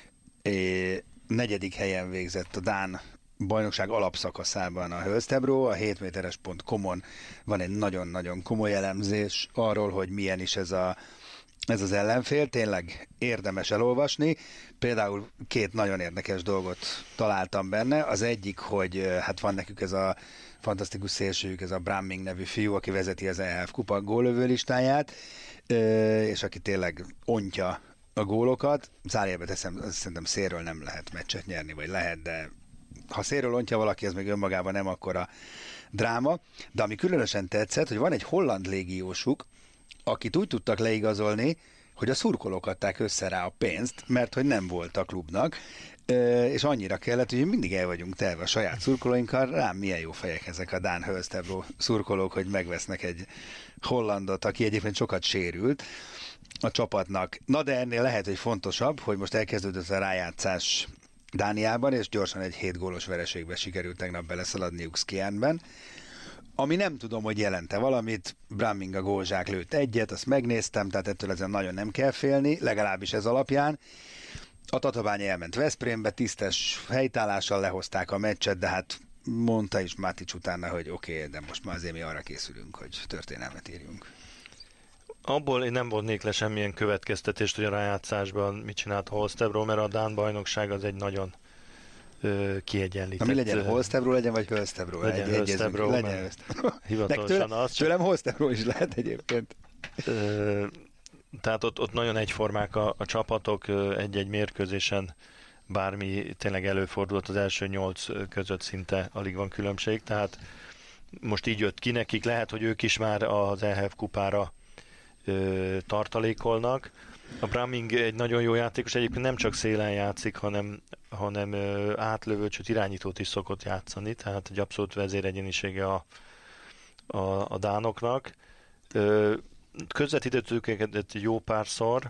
negyedik helyen végzett a dán bajnokság alapszakaszában a Hölstebro, a hét méteres pont com-on van egy nagyon-nagyon komoly elemzés arról, hogy milyen is ez, a, ez az ellenfél, tényleg érdemes elolvasni. Például két nagyon érdekes dolgot találtam benne, az egyik, hogy hát van nekük ez a fantasztikus szélsőjük, ez a Bramming nevű fiú, aki vezeti az é há ef kupa góllövő listáját, és aki tényleg ontja a gólokat. Zárójelbe teszem, szerintem szélről nem lehet meccset nyerni, vagy lehet, de ha szélről ontja valaki, az még önmagában nem akkora dráma. De ami különösen tetszett, hogy van egy holland légiósuk, akit úgy tudtak leigazolni, hogy a szurkolók adták össze rá a pénzt, mert hogy nem volt a klubnak, és annyira kellett, hogy mindig el vagyunk telve a saját szurkolóinkkal, rám milyen jó fejek ezek a dán Hölstebro szurkolók, hogy megvesznek egy hollandot, aki egyébként sokat sérült a csapatnak. Na de ennél lehet, hogy fontosabb, hogy most elkezdődött a rájátszás Dániában, és gyorsan egy hét gólos vereségbe sikerült tegnap beleszaladniuk Skjernben. Ami nem tudom, hogy jelente valamit, Bramming a gólzsák lőtt egyet, azt megnéztem, tehát ettől ezen nagyon nem kell félni, legalábbis ez alapján. A Tatabánya elment Veszprémbe, tisztes helytállással lehozták a meccset, de hát mondta is Mátics utána, hogy oké, okay, de most már azért mi arra készülünk, hogy történelmet írjunk. Abból én nem vonnék le semmilyen következtetést, hogy a rájátszásban mit csinált Hölstebro, mert a dán bajnokság az egy nagyon ö, kiegyenlített. Na mi legyen, Hölstebro legyen, vagy Hölstebro? Legyen Hölstebro. Legyen Hölstebro. Hivatalosan az. Tőlem Hölstebro is lehet egyébként. Ö, tehát ott, ott nagyon egyformák a, a csapatok, egy-egy mérkőzésen bármi tényleg előfordult, az első nyolc között szinte alig van különbség, tehát most így jött ki nekik, lehet, hogy ők is már az é há ef kupára ö, tartalékolnak, A Brahming egy nagyon jó játékos, egyébként nem csak szélen játszik, hanem, hanem átlövő, sőt irányítót is szokott játszani, tehát egy abszolút vezéregyénisége a, a, a dánoknak. Közvetítők őket jó párszor,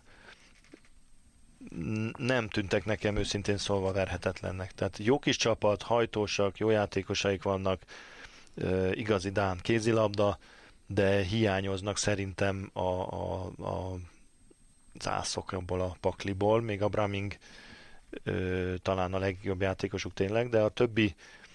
nem tűntek nekem őszintén szólva verhetetlennek. Tehát jó kis csapat, hajtósak, jó játékosaik vannak, igazi dán kézilabda, de hiányoznak szerintem a, a, a zászok abból a pakliból, még a Brahming ö, talán a legjobb játékosuk tényleg, de a többi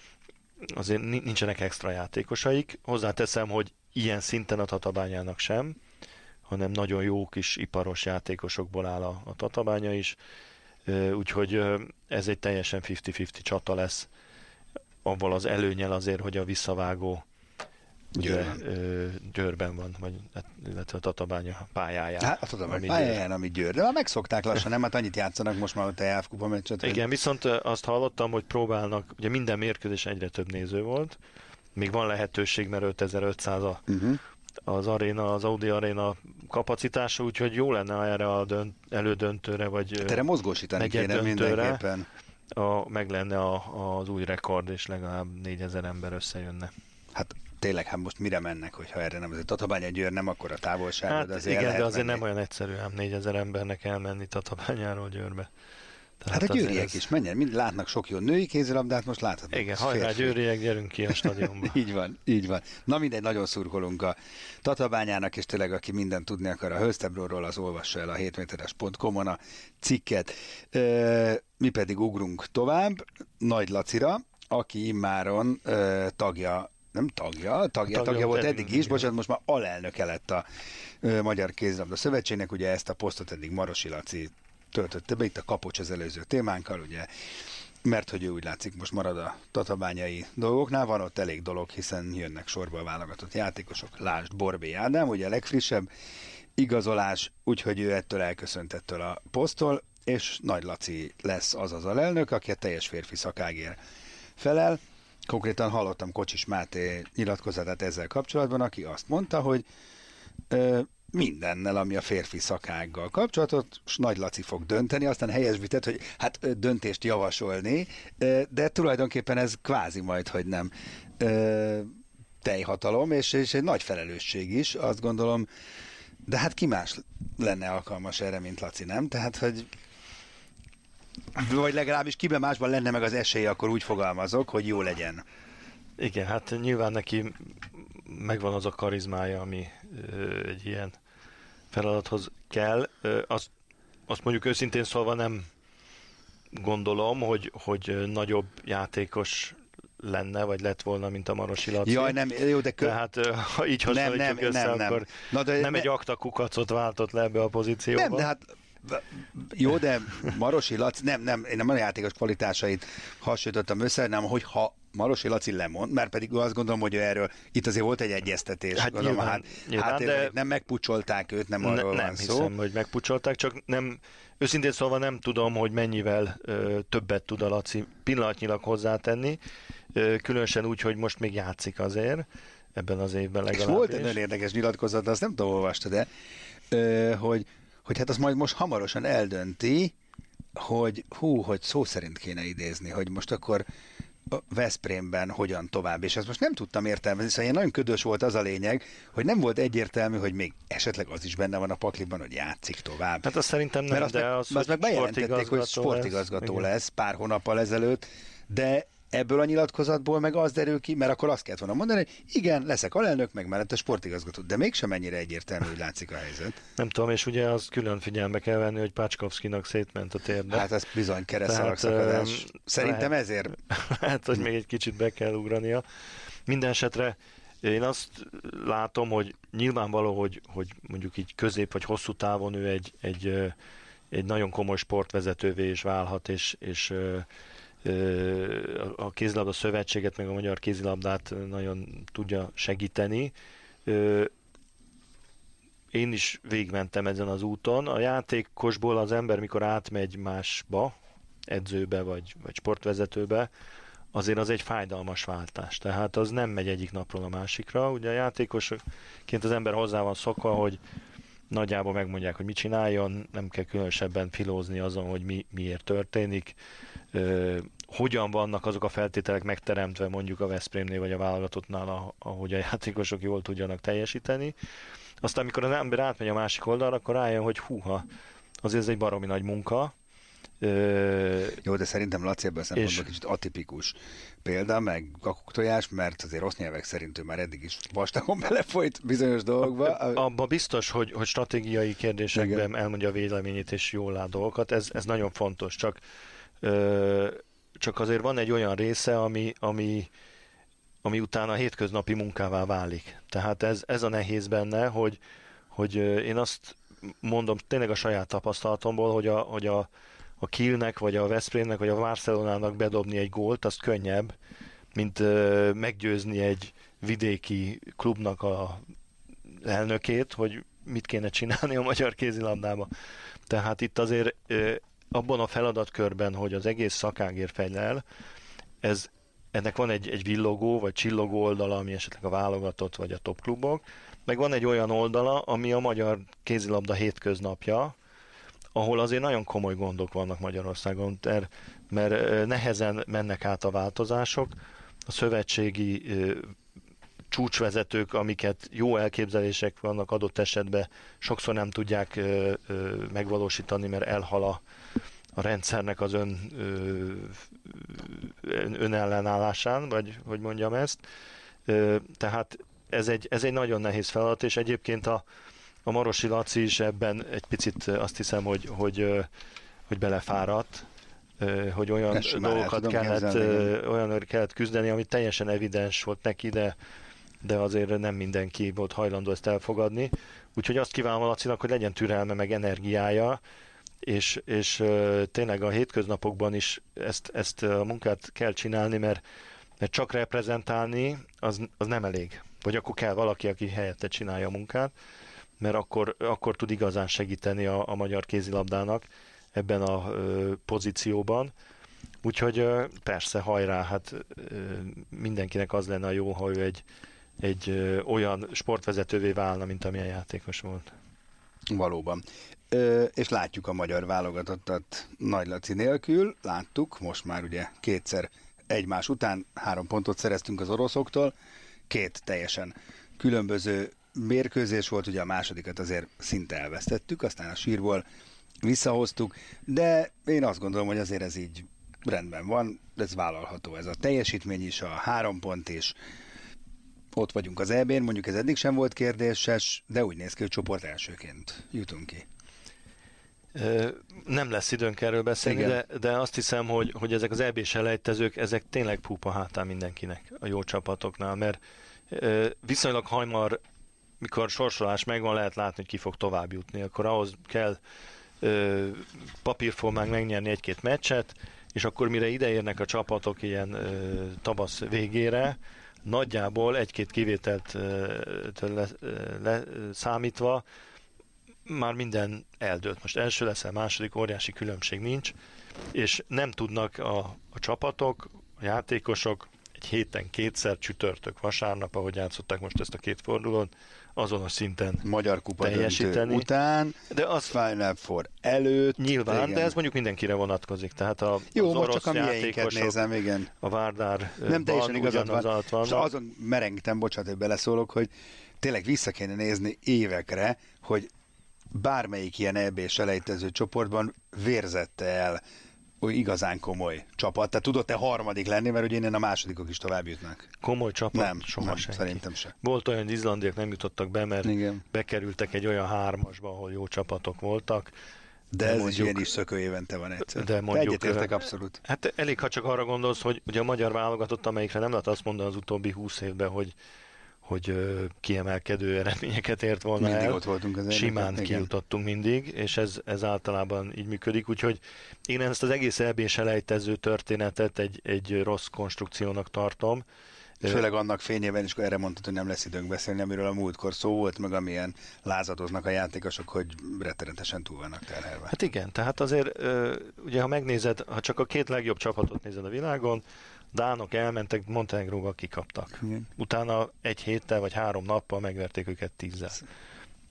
azért nincsenek extra játékosaik. Hozzáteszem, hogy ilyen szinten a Tatabányának sem, hanem nagyon jó kis iparos játékosokból áll a, a Tatabánya is, ö, úgyhogy ö, ez egy teljesen ötven-ötven csata lesz, avval az előnyel azért, hogy a visszavágó Győrben. Ugye, ö, Győrben van, vagy, illetve a Tatabánya pályáján. Hát a Tatabánya pályáján, ami Győr. De már megszokták lassan, nem? Hát annyit játszanak most már a té á ef kupa meccset. Igen, hogy... viszont azt hallottam, hogy próbálnak, ugye minden mérkőzés egyre több néző volt, még van lehetőség, mert ötezer-ötszáz a, uh-huh. az aréna, az Audi aréna kapacitása, úgyhogy jó lenne erre a dönt, elődöntőre, vagy Tere mozgósítani kéne mindenképpen. A, meg lenne a, az új rekord, és legalább négyezer ember összejönne. Hát tényleg, hát most mire mennek, hogyha erre nem, azért Tatabánya Győr nem akkora távolság, hát de azért igen, de azért menni. Nem olyan egyszerű, ám négyezer embernek elmenni Tatabányáról Győrbe. Tehát hát a győriek ez... is menjen, mind látnak sok jó női kézilabdát, most láthatnak. Igen, hajrá győriek, gyerünk ki a stadionba. Így van, így van. Na mindegy, nagyon szurkolunk a Tatabányának, és tényleg aki mindent tudni akar a Hölztebróról, az olvassa el a hétméteres pont com-on a cikket. E, mi pedig ugrunk tovább Nagy Lacira, aki immáron e, tagja nem tagja, tagja, tagja, tagja volt eddig is, bocsánat, most már alelnöke lett a ö, Magyar Kézilabda Szövetségnek, ugye ezt a posztot eddig Marosi Laci töltötte be, itt a kapocs az előző témánkkal, ugye, mert hogy ő úgy látszik most marad a tatabányai dolgoknál, van ott elég dolog, hiszen jönnek sorba a válogatott játékosok, lásd Borbély Ádám, ugye a legfrissebb igazolás, úgyhogy ő ettől elköszönt ettől a poszttól, és Nagy Laci lesz az az alelnök, aki a teljes férfi szakágért felel. Konkrétan hallottam Kocsis Máté nyilatkozatát ezzel kapcsolatban, aki azt mondta, hogy ö, mindennel, ami a férfi szakággal kapcsolatot, és Nagy Laci fog dönteni, aztán helyesbített, hogy hát ö, döntést javasolni, ö, de tulajdonképpen ez kvázi majd, hogy nem ö, teljhatalom, és, és egy nagy felelősség is, azt gondolom, de hát ki más lenne alkalmas erre, mint Laci, nem? Tehát, hogy vagy legalábbis kiben másban lenne meg az esély, akkor úgy fogalmazok, hogy jó legyen. Igen, hát nyilván neki megvan az a karizmája, ami ö, egy ilyen feladathoz kell. Ö, azt, azt mondjuk őszintén szólva nem gondolom, hogy, hogy nagyobb játékos lenne, vagy lett volna, mint a Marosi Laci. Jaj, nem, jó, de kö... Tehát ha így hasonlítjuk nem, össze, nem, nem. akkor Na, de nem ne... egy akta kukacot váltott le ebbe a pozícióba. Nem, de hát jó, de Marosi Laci, nem, nem, én nem a játékos kvalitásait hasonlítottam össze, nem, hogy ha Marosi Laci lemond, mert pedig azt gondolom, hogy erről itt azért volt egy egyeztetés. Hát gondolom, nyilván, hát, nyilván, hát de nem megpucsolták őt, nem arról ne, van nem szó. Nem hiszem, hogy megpucsolták, csak nem, őszintén szólva nem tudom, hogy mennyivel ö, többet tud a Laci pillanatnyilag hozzátenni, ö, különösen úgy, hogy most még játszik azért, ebben az évben legalábbis. És volt egy nagyon érdekes nyilatkozat, de azt nem tudom, olvastad, de ö, hogy hogy hát az majd most hamarosan eldönti, hogy hú, hogy szó szerint kéne idézni, hogy most akkor Veszprémben hogyan tovább, és ezt most nem tudtam értelmezni, szóval ilyen nagyon ködös volt az a lényeg, hogy nem volt egyértelmű, hogy még esetleg az is benne van a pakliban, hogy játszik tovább. Hát azt szerintem nem, Mert de meg, az, azt meg bejelentették, hogy sportigazgató lesz, lesz pár hónappal ezelőtt, de ebből a nyilatkozatból meg az derül ki, mert akkor azt kellett volna mondani, hogy igen, leszek alelnök, meg mellett a sportigazgató, de mégsem ennyire egyértelmű, hogy látszik a helyzet. Nem tudom, és ugye az külön figyelme kell venni, hogy Pácskovszkinak szétment a térde. Hát ez bizony keresztszalagszakadás. Szerintem lehet, ezért. Lehet, hogy még egy kicsit be kell ugrania. Minden esetre én azt látom, hogy nyilvánvaló, hogy, hogy mondjuk így közép vagy hosszú távon ő egy, egy, egy nagyon komoly sportvezetővé is válhat, és, és a kézilabda szövetséget, meg a magyar kézilabdát nagyon tudja segíteni. Én is végigmentem ezen az úton. A játékosból az ember, mikor átmegy másba, edzőbe vagy, vagy sportvezetőbe, azért az egy fájdalmas váltás. Tehát az nem megy egyik napról a másikra. Ugye a játékosként az ember hozzá van szokva, hogy nagyjából megmondják, hogy mit csináljon, nem kell különösebben filózni azon, hogy mi, miért történik, ö, hogyan vannak azok a feltételek megteremtve mondjuk a Veszprémnél vagy a válogatottnál, ahogy a játékosok jól tudjanak teljesíteni. Aztán, amikor az ember átmegy a másik oldalra, akkor rájön, hogy húha, azért ez egy baromi nagy munka. Ö... Jó, de szerintem Laci ebben szempontból és... kicsit atipikus példa, meg kakuktojás, mert azért rossz nyelvek szerint ő már eddig is vastagon belefolyt bizonyos dolgokba. Abba biztos, hogy, hogy stratégiai kérdésekben igen. elmondja a véleményét és jól lát dolgokat, ez, ez nagyon fontos, csak, ö, csak azért van egy olyan része, ami, ami, ami utána a hétköznapi munkává válik. Tehát ez, ez a nehéz benne, hogy, hogy én azt mondom tényleg a saját tapasztalatomból, hogy a, hogy a a Kielnek, vagy a Veszprémnek, vagy a Barcelonának bedobni egy gólt, az könnyebb, mint uh, meggyőzni egy vidéki klubnak a elnökét, hogy mit kéne csinálni a magyar kézilabdába. Tehát itt azért uh, abban a feladatkörben, hogy az egész szakágért fejlel, ez, ennek van egy, egy villogó, vagy csillogó oldala, ami esetleg a válogatott, vagy a topklubok, meg van egy olyan oldala, ami a magyar kézilabda hétköznapja, ahol azért nagyon komoly gondok vannak Magyarországon, mert, mert nehezen mennek át a változások. A szövetségi ö, csúcsvezetők, amiket jó elképzelések vannak adott esetben, sokszor nem tudják ö, ö, megvalósítani, mert elhal a, a rendszernek az ön, ö, önellenállásán, vagy hogy mondjam ezt. Ö, tehát ez egy, ez egy nagyon nehéz feladat, és egyébként a A Marosi Laci is ebben egy picit azt hiszem, hogy, hogy, hogy belefáradt, hogy olyan dolgokat kellett, olyan kellett küzdeni, ami teljesen evidens volt neki, de, de azért nem mindenki volt hajlandó ezt elfogadni. Úgyhogy azt kívánom a Lacinak, hogy legyen türelme, meg energiája, és, és tényleg a hétköznapokban is ezt, ezt a munkát kell csinálni, mert, mert csak reprezentálni az, az nem elég. Vagy akkor kell valaki, aki helyette csinálja a munkát, mert akkor, akkor tud igazán segíteni a, a magyar kézilabdának ebben a ö, pozícióban. Úgyhogy ö, persze, hajrá, hát ö, mindenkinek az lenne a jó, ha ő egy, egy ö, olyan sportvezetővé válna, mint amilyen játékos volt. Valóban. Ö, és látjuk a magyar válogatottat Nagy Laci nélkül, láttuk, most már ugye kétszer egymás után három pontot szereztünk az oroszoktól, két teljesen különböző mérkőzés volt, ugye a másodikat azért szinte elvesztettük, aztán a sírból visszahoztuk, de én azt gondolom, hogy azért ez így rendben van, ez vállalható, ez a teljesítmény is, a három pont is, ott vagyunk az é bén, mondjuk ez eddig sem volt kérdéses, de úgy néz ki, hogy csoport elsőként jutunk ki. Nem lesz időnk erről beszélni, de, de azt hiszem, hogy, hogy ezek az é bés elejtezők, ezek tényleg púpa hátán mindenkinek a jó csapatoknál, mert viszonylag hamar, mikor sorsolás megvan, lehet látni, hogy ki fog tovább jutni. Akkor ahhoz kell ö, papírformán megnyerni egy-két meccset, és akkor mire ideérnek a csapatok ilyen ö, tavasz végére, nagyjából egy-két kivételt ö, le, le, számítva már minden eldőlt. Most első leszel, második, óriási különbség nincs, és nem tudnak a, a csapatok, a játékosok egy héten kétszer, csütörtök, vasárnap, ahogy játszották most ezt a két fordulót, azonos szinten Magyar Kupa döntő után, de az Final Four előtt. Nyilván, igen. De ez mondjuk mindenkire vonatkozik. Tehát a, jó, az most orosz csak a mieinket nézem, igen. A Várdár nem teljesen igazad van. van. És azon merengtem, bocsánat, hogy beleszólok, hogy tényleg vissza kéne nézni évekre, hogy bármelyik ilyen é bés elejtező csoportban vérzette el hogy igazán komoly csapat. Tehát tudott-e harmadik lenni, mert ugye innen a másodikok is tovább jutnak? Komoly csapat? Nem, soha nem, senki. Szerintem se. Volt olyan, hogy izlandiak nem jutottak be, mert igen. bekerültek egy olyan hármasba, ahol jó csapatok voltak. De, de ez mondjuk, ilyen is szökő évente van egyszer. De mondjuk, egyetértek abszolút. Hát elég, ha csak arra gondolsz, hogy ugye a magyar válogatott, amelyikre nem lehet azt mondani az utóbbi húsz évben, hogy hogy ö, kiemelkedő eredményeket ért volna mindig el. Ott voltunk az simán kijutottunk mindig, és ez, ez általában így működik, úgyhogy én ezt az egész é bés elejtező történetet egy, egy rossz konstrukciónak tartom. Főleg annak fényében is, erre mondtad, hogy nem lesz időnk beszélni, amiről a múltkor szó volt, meg amilyen lázadoznak a játékosok, hogy rettenetesen túl vannak terhelve. Hát igen, tehát azért ugye ha megnézed, ha csak a két legjobb csapatot nézed a világon, dánok elmentek, Montenegróval kikaptak. Igen. Utána egy héttel vagy három nappal megverték őket tízzel.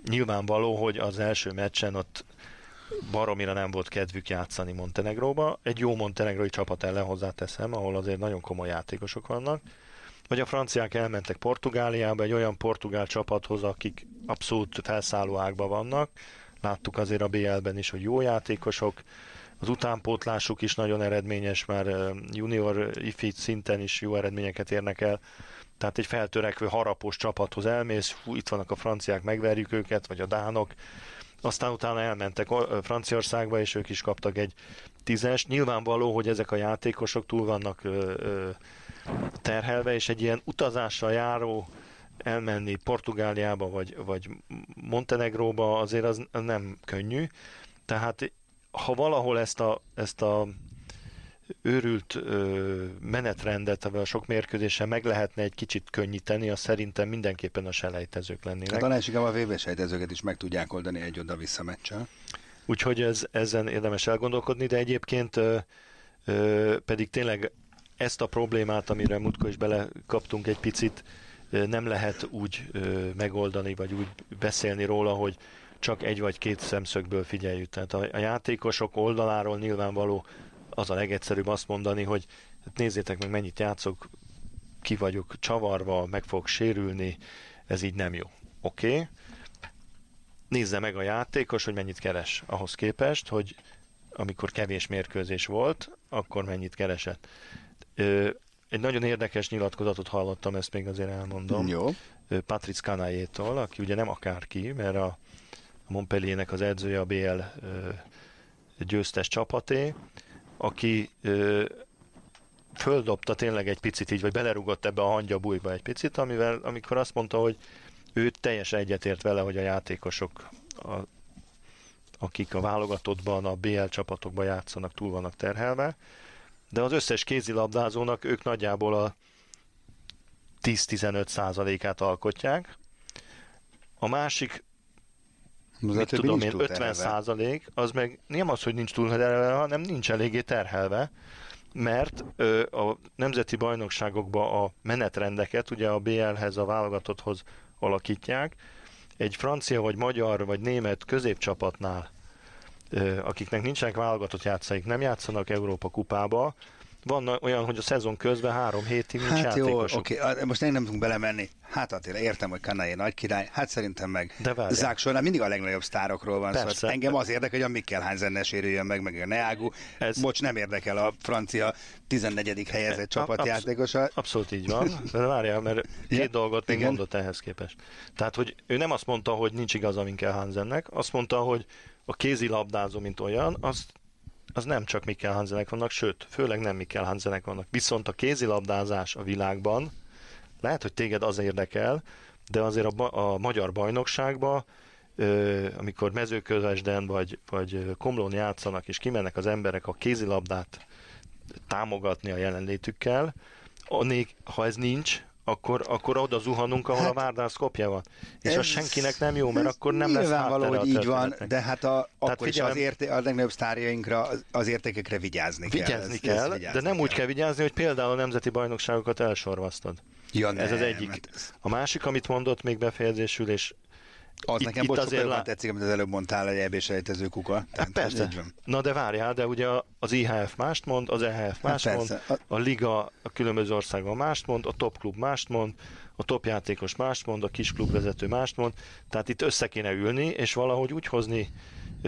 nyilvánvaló, hogy az első meccsen ott baromira nem volt kedvük játszani Montenegróba. Egy jó montenegrói csapat ellen hozzáteszem, ahol azért nagyon komoly játékosok vannak. Vagy a franciák elmentek Portugáliába, egy olyan portugál csapathoz, akik abszolút felszálló ágban vannak. Láttuk azért a bé el-ben is, hogy jó játékosok. Az utánpótlásuk is nagyon eredményes, már junior ifi szinten is jó eredményeket érnek el. Tehát egy feltörekvő, harapós csapathoz elmész, hú, itt vannak a franciák, megverjük őket, vagy a dánok. Aztán utána elmentek Franciaországba, és ők is kaptak egy tízes. Nyilvánvaló, hogy ezek a játékosok túl vannak ö, ö, terhelve, és egy ilyen utazással járó elmenni Portugáliába, vagy, vagy Montenegróba azért az nem könnyű. Tehát ha valahol ezt a, ezt a őrült ö, menetrendet, a sok mérkőzésen meg lehetne egy kicsit könnyíteni, az szerintem mindenképpen a selejtezők lennének. Hát talán a vé bé selejtezőket is meg tudják oldani egy oda-vissza meccsel. Úgyhogy ez, ezen érdemes elgondolkodni, de egyébként ö, ö, pedig tényleg ezt a problémát, amire múltkor is belekaptunk egy picit, ö, nem lehet úgy ö, megoldani, vagy úgy beszélni róla, hogy csak egy vagy két szemszögből figyeljük. Tehát a, a játékosok oldaláról nyilvánvaló az a legegyszerűbb azt mondani, hogy nézzétek meg, mennyit játszok, ki vagyok csavarva, meg fogok sérülni, ez így nem jó. Oké. Okay. Nézze meg a játékos, hogy mennyit keres ahhoz képest, hogy amikor kevés mérkőzés volt, akkor mennyit keresett. Ö, egy nagyon érdekes nyilatkozatot hallottam, ezt még azért elmondom. Jó. Patrice Canayétól, aki ugye nem akárki, mert a Montpelliernek az edzője a bé el ö, győztes csapaté, aki ö, földobta tényleg egy picit így, vagy belerugott ebbe a hangyabújba egy picit, amivel, amikor azt mondta, hogy ő teljesen egyetért vele, hogy a játékosok, a, akik a válogatottban, a bé el csapatokban játszanak, túl vannak terhelve, de az összes kézilabdázónak ők nagyjából a tíz-tizenöt százalékát alkotják. A másik mit tudom én, ötven százalék, az meg nem az, hogy nincs túlterhelve, hanem nincs eléggé terhelve, mert ö, a nemzeti bajnokságokban a menetrendeket ugye a bé el-hez, a válogatotthoz alakítják. Egy francia, vagy magyar, vagy német középcsapatnál, ö, akiknek nincsenek válogatott játszaik, nem játszanak Európa kupába, van olyan, hogy a szezon közben három hétig nincs hát játékosuk. jó, oké, most nem tudunk belemenni. Hát Attila, értem, hogy Canayé nagy király, hát szerintem meg Zák során mindig a legnagyobb sztárokról van szó. Szóval engem az érdekel, hogy a Mikkel Hansen ne sérüljön meg, meg a Neagu. Ez... Bocs, nem érdekel a francia tizennegyedik helyezett csapatjátékosa. Absz- abszolút így van, de várjál, mert két ja, dolgot még mondott ehhez képest. Tehát, hogy ő nem azt mondta, hogy nincs igaza Mikkel Hansennek, azt mondta, hogy a kézilabdázó, mint olyan, azt az nem csak Mikkel Hansenek vannak, sőt, főleg nem Mikkel Hansenek vannak. Viszont a kézilabdázás a világban, lehet, hogy téged az érdekel, de azért a, ba- a magyar bajnokságban, ö, amikor Mezőkövesden vagy, vagy Komlón játszanak, és kimennek az emberek a kézilabdát támogatni a jelenlétükkel, annék, ha ez nincs, akkor, akkor oda zuhanunk, ahol hát, a Vardar Skopje van. És az senkinek nem jó, mert akkor nem lesz háttere hogy így van, de hát a, akkor figyelem, is az érté, a legnagyobb sztárjainkra, az értékekre vigyázni kell. Vigyázni kell, ez, ez vigyázni de nem kell. Úgy kell vigyázni, hogy például a nemzeti bajnokságokat elsorvasztod. Ja, ez nem, az egyik. A másik, amit mondott még befejezésül, és az itt, nekem bocs, sokkal lá... tetszik, amit az előbb mondtál, egy é bé-selejtező kuka. Hát persze. Na de várjál, de ugye az i há ef mást mond, az e há ef mást hát mond, a liga a különböző országban mást mond, a top klub mást mond, a top játékos mást mond, a kis klubvezető mást mond, tehát itt össze kéne ülni, és valahogy úgy hozni ö,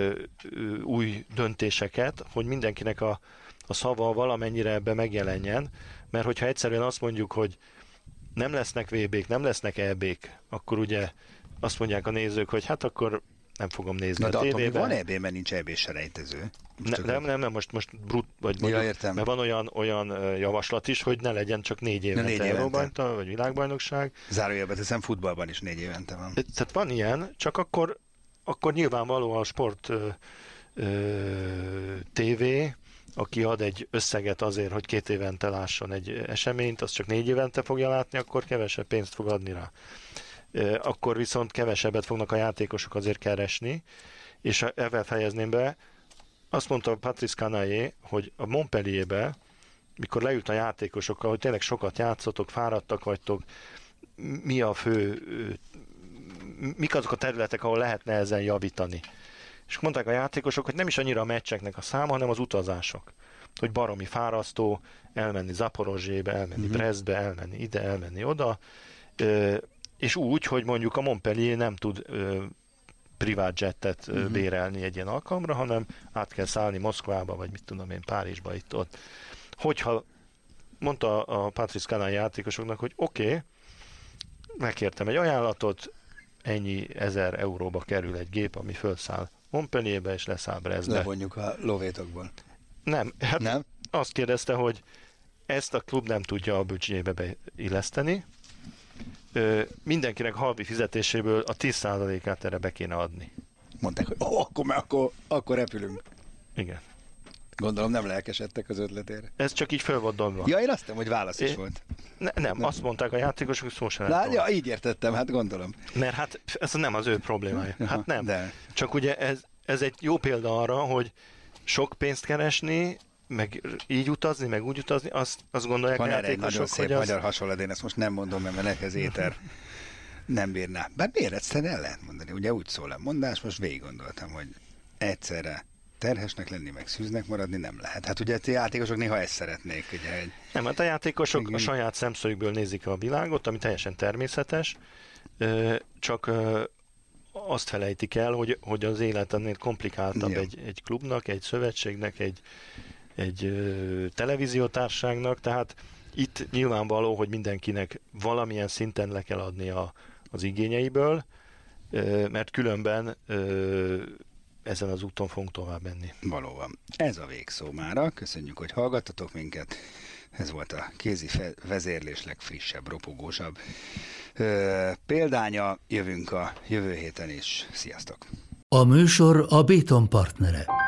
ö, új döntéseket, hogy mindenkinek a, a szava valamennyire ebbe megjelenjen, mert hogyha egyszerűen azt mondjuk, hogy nem lesznek vé bék, nem lesznek é bék, akkor ugye azt mondják a nézők, hogy hát akkor nem fogom nézni na, a tévében. De van é bé, mert nincs é bé-selejtező. Ne, nem, nem, nem, most, most brut, vagy mondjuk, ja, értem. Mert van olyan, olyan javaslat is, hogy ne legyen csak négy évente Euróbajnokság, vagy világbajnokság. Zárójelbe teszem, futballban is négy évente van. Tehát van ilyen, csak akkor, akkor nyilvánvaló a sport ö, ö, tévé, aki ad egy összeget azért, hogy két évente lásson egy eseményt, az csak négy évente fogja látni, akkor kevesebb pénzt fog adni rá. Akkor viszont kevesebbet fognak a játékosok azért keresni, és ezzel fejezném be, azt mondta Patrice Canayé, hogy a Montpellierbe, mikor leült a játékosokkal, hogy tényleg sokat játszotok, fáradtak vagytok, mi a fő mik azok a területek, ahol lehetne ezen javítani. És mondták a játékosok, hogy nem is annyira a meccseknek a száma, hanem az utazások. Hogy baromi fárasztó elmenni Zaporozsébe, elmenni uh-huh. Brestbe, elmenni ide, elmenni oda, és úgy, hogy mondjuk a Montpellier nem tud privát jettet uh-huh. bérelni egy ilyen alkalomra, hanem át kell szállni Moszkvába, vagy mit tudom én, Párizsba, itt ott. Hogyha mondta a Patrice Caron játékosoknak, hogy oké, okay, megkértem egy ajánlatot, ennyi ezer euróba kerül egy gép, ami felszáll Montpellierbe, és leszáll Brestbe. Levonjuk a lóvétokból. Nem, hát nem? Azt kérdezte, hogy ezt a klub nem tudja a büdzsébe beilleszteni, Ö, mindenkinek halvi fizetéséből a tíz százalékát erre be kéne adni. Mondták, hogy oh, akkor, akkor, akkor repülünk. Igen. Gondolom nem lelkesedtek az ötletére. Ez csak így föl volt dobva. Ja, én azt nem, hogy válasz is é, volt. Ne, nem, nem, azt mondták a játékosok, hogy szó sem Lá, ja, így értettem, hát gondolom. Mert hát ez nem az ő problémája. Hát nem. De. Csak ugye ez, ez egy jó példa arra, hogy sok pénzt keresni, meg így utazni, meg úgy utazni, azt, azt gondolják van a játékosok, egy nagyon szép hogy magyar az... hasonlat, én ezt most nem mondom, mert nekhez éter nem bírná. Bár miért egyszerűen el lehet mondani? Ugye úgy szól a mondás, most végig gondoltam, hogy egyszerre terhesnek lenni, meg szűznek maradni nem lehet. Hát ugye a játékosok néha ezt szeretnék. Ugye, egy... Nem, hát a játékosok igen. a saját szemszögből nézik a világot, ami teljesen természetes, csak azt felejtik el, hogy, hogy az élet ennél komplikáltabb egy, egy klubnak, egy szövetségnek, egy, egy ö, televíziótársaságnak, tehát itt nyilvánvaló, hogy mindenkinek valamilyen szinten le kell adni a, az igényeiből, ö, mert különben ö, ezen az úton fogunk tovább menni. Valóban. Ez a végszó mára. Köszönjük, hogy hallgattatok minket. Ez volt a kézi fe- vezérlés legfrissebb, ropogósabb ö, példánya. Jövünk a jövő héten is. Sziasztok! A műsor a Béton partnere.